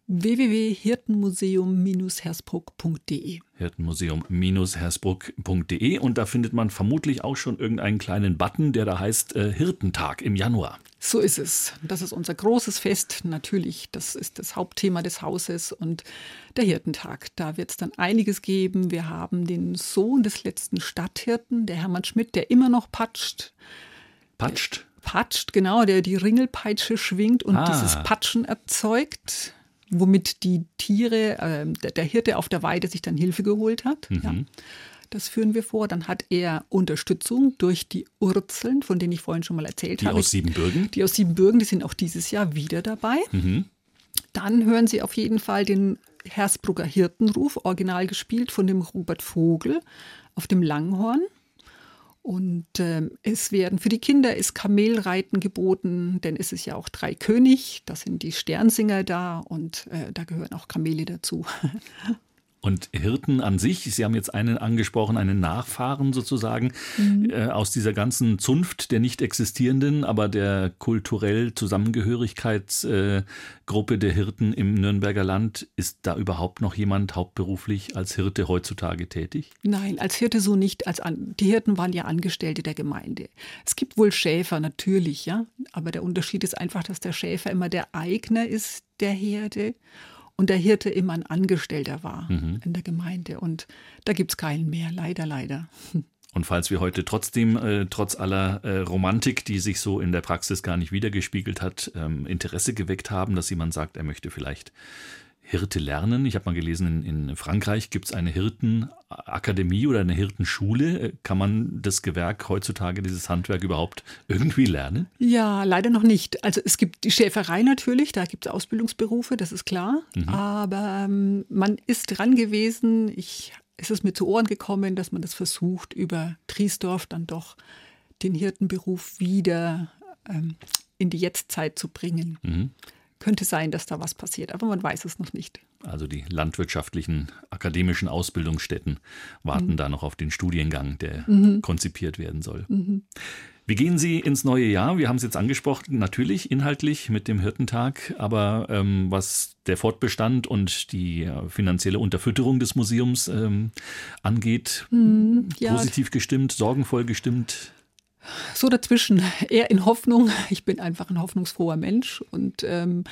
www.hirtenmuseum-hersbruck.de. Hirtenmuseum-hersbruck.de und da findet man vermutlich auch schon irgendeinen kleinen Button, der da heißt Hirtentag im Januar. So ist es. Das ist unser großes Fest. Natürlich, das ist das Hauptthema des Hauses und der Hirtentag. Da wird es dann einiges geben. Wir haben den Sohn des letzten Stadthirten, der Hermann Schmidt, der immer noch patscht. Patscht, genau, der die Ringelpeitsche schwingt und dieses Patschen erzeugt, womit die Tiere, der Hirte auf der Weide sich dann Hilfe geholt hat. Ja. Das führen wir vor. Dann hat er Unterstützung durch die Urzeln, von denen ich vorhin schon mal erzählt habe. Die aus Siebenbürgen? Die aus Siebenbürgen, die sind auch dieses Jahr wieder dabei. Dann hören Sie auf jeden Fall den Hersbrucker Hirtenruf, original gespielt von dem Robert Vogel auf dem Langhorn. Und es werden für die Kinder ist Kamelreiten geboten, denn es ist ja auch Dreikönig, da sind die Sternsinger da und da gehören auch Kamele dazu. Und Hirten an sich, Sie haben jetzt einen angesprochen, einen Nachfahren sozusagen aus dieser ganzen Zunft der nicht existierenden, aber der kulturell Zusammengehörigkeitsgruppe der Hirten im Nürnberger Land. Ist da überhaupt noch jemand hauptberuflich als Hirte heutzutage tätig? Nein, als Hirte so nicht. Die Hirten waren ja Angestellte der Gemeinde. Es gibt wohl Schäfer, natürlich, ja. Aber der Unterschied ist einfach, dass der Schäfer immer der Eigner ist der Herde. und der Hirte immer ein Angestellter war in der Gemeinde. Und da gibt es keinen mehr, leider, leider. Und falls wir heute trotzdem, trotz aller Romantik, die sich so in der Praxis gar nicht wiedergespiegelt hat, Interesse geweckt haben, dass jemand sagt, er möchte vielleicht Hirte lernen. Ich habe mal gelesen, in Frankreich gibt es eine Hirtenakademie oder eine Hirtenschule. Kann man das Gewerk heutzutage, dieses Handwerk überhaupt irgendwie lernen? Ja, leider noch nicht. Also es gibt die Schäferei natürlich, da gibt es Ausbildungsberufe, das ist klar. Aber man ist dran gewesen, es ist mir zu Ohren gekommen, dass man das versucht, über Triesdorf dann doch den Hirtenberuf wieder in die Jetztzeit zu bringen. Könnte sein, dass da was passiert, aber man weiß es noch nicht. Also die landwirtschaftlichen akademischen Ausbildungsstätten warten da noch auf den Studiengang, der konzipiert werden soll. Wie gehen Sie ins neue Jahr? Wir haben es jetzt angesprochen, natürlich inhaltlich mit dem Hirtentag, aber was der Fortbestand und die finanzielle Unterfütterung des Museums angeht, positiv gestimmt, sorgenvoll gestimmt? So dazwischen, eher in Hoffnung. Ich bin einfach ein hoffnungsfroher Mensch und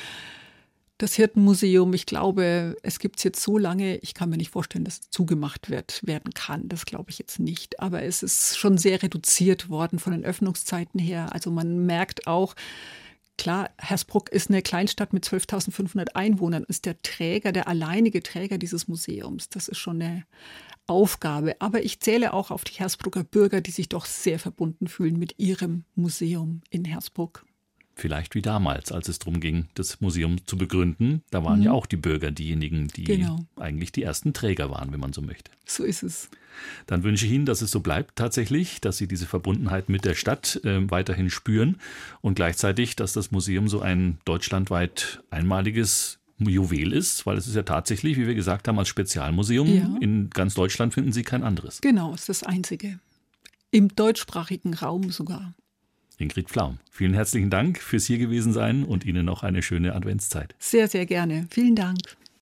das Hirtenmuseum, ich glaube, es gibt es jetzt so lange, ich kann mir nicht vorstellen, dass es zugemacht werden kann. Das glaube ich jetzt nicht. Aber es ist schon sehr reduziert worden von den Öffnungszeiten her. Also man merkt auch, klar, Hersbruck ist eine Kleinstadt mit 12.500 Einwohnern, ist der alleinige Träger dieses Museums. Das ist schon eine Aufgabe. Aber ich zähle auch auf die Hersbrucker Bürger, die sich doch sehr verbunden fühlen mit ihrem Museum in Hersbruck. Vielleicht wie damals, als es darum ging, das Museum zu begründen. Da waren ja auch die Bürger diejenigen, die eigentlich die ersten Träger waren, wenn man so möchte. So ist es. Dann wünsche ich Ihnen, dass es so bleibt tatsächlich, dass Sie diese Verbundenheit mit der Stadt weiterhin spüren und gleichzeitig, dass das Museum so ein deutschlandweit einmaliges Juwel ist, weil es ist ja tatsächlich, wie wir gesagt haben, als Spezialmuseum. Ja. In ganz Deutschland finden Sie kein anderes. Genau, ist das einzige. Im deutschsprachigen Raum sogar. Ingrid Pflaum, vielen herzlichen Dank fürs hier gewesen sein und Ihnen noch eine schöne Adventszeit. Sehr, sehr gerne. Vielen Dank.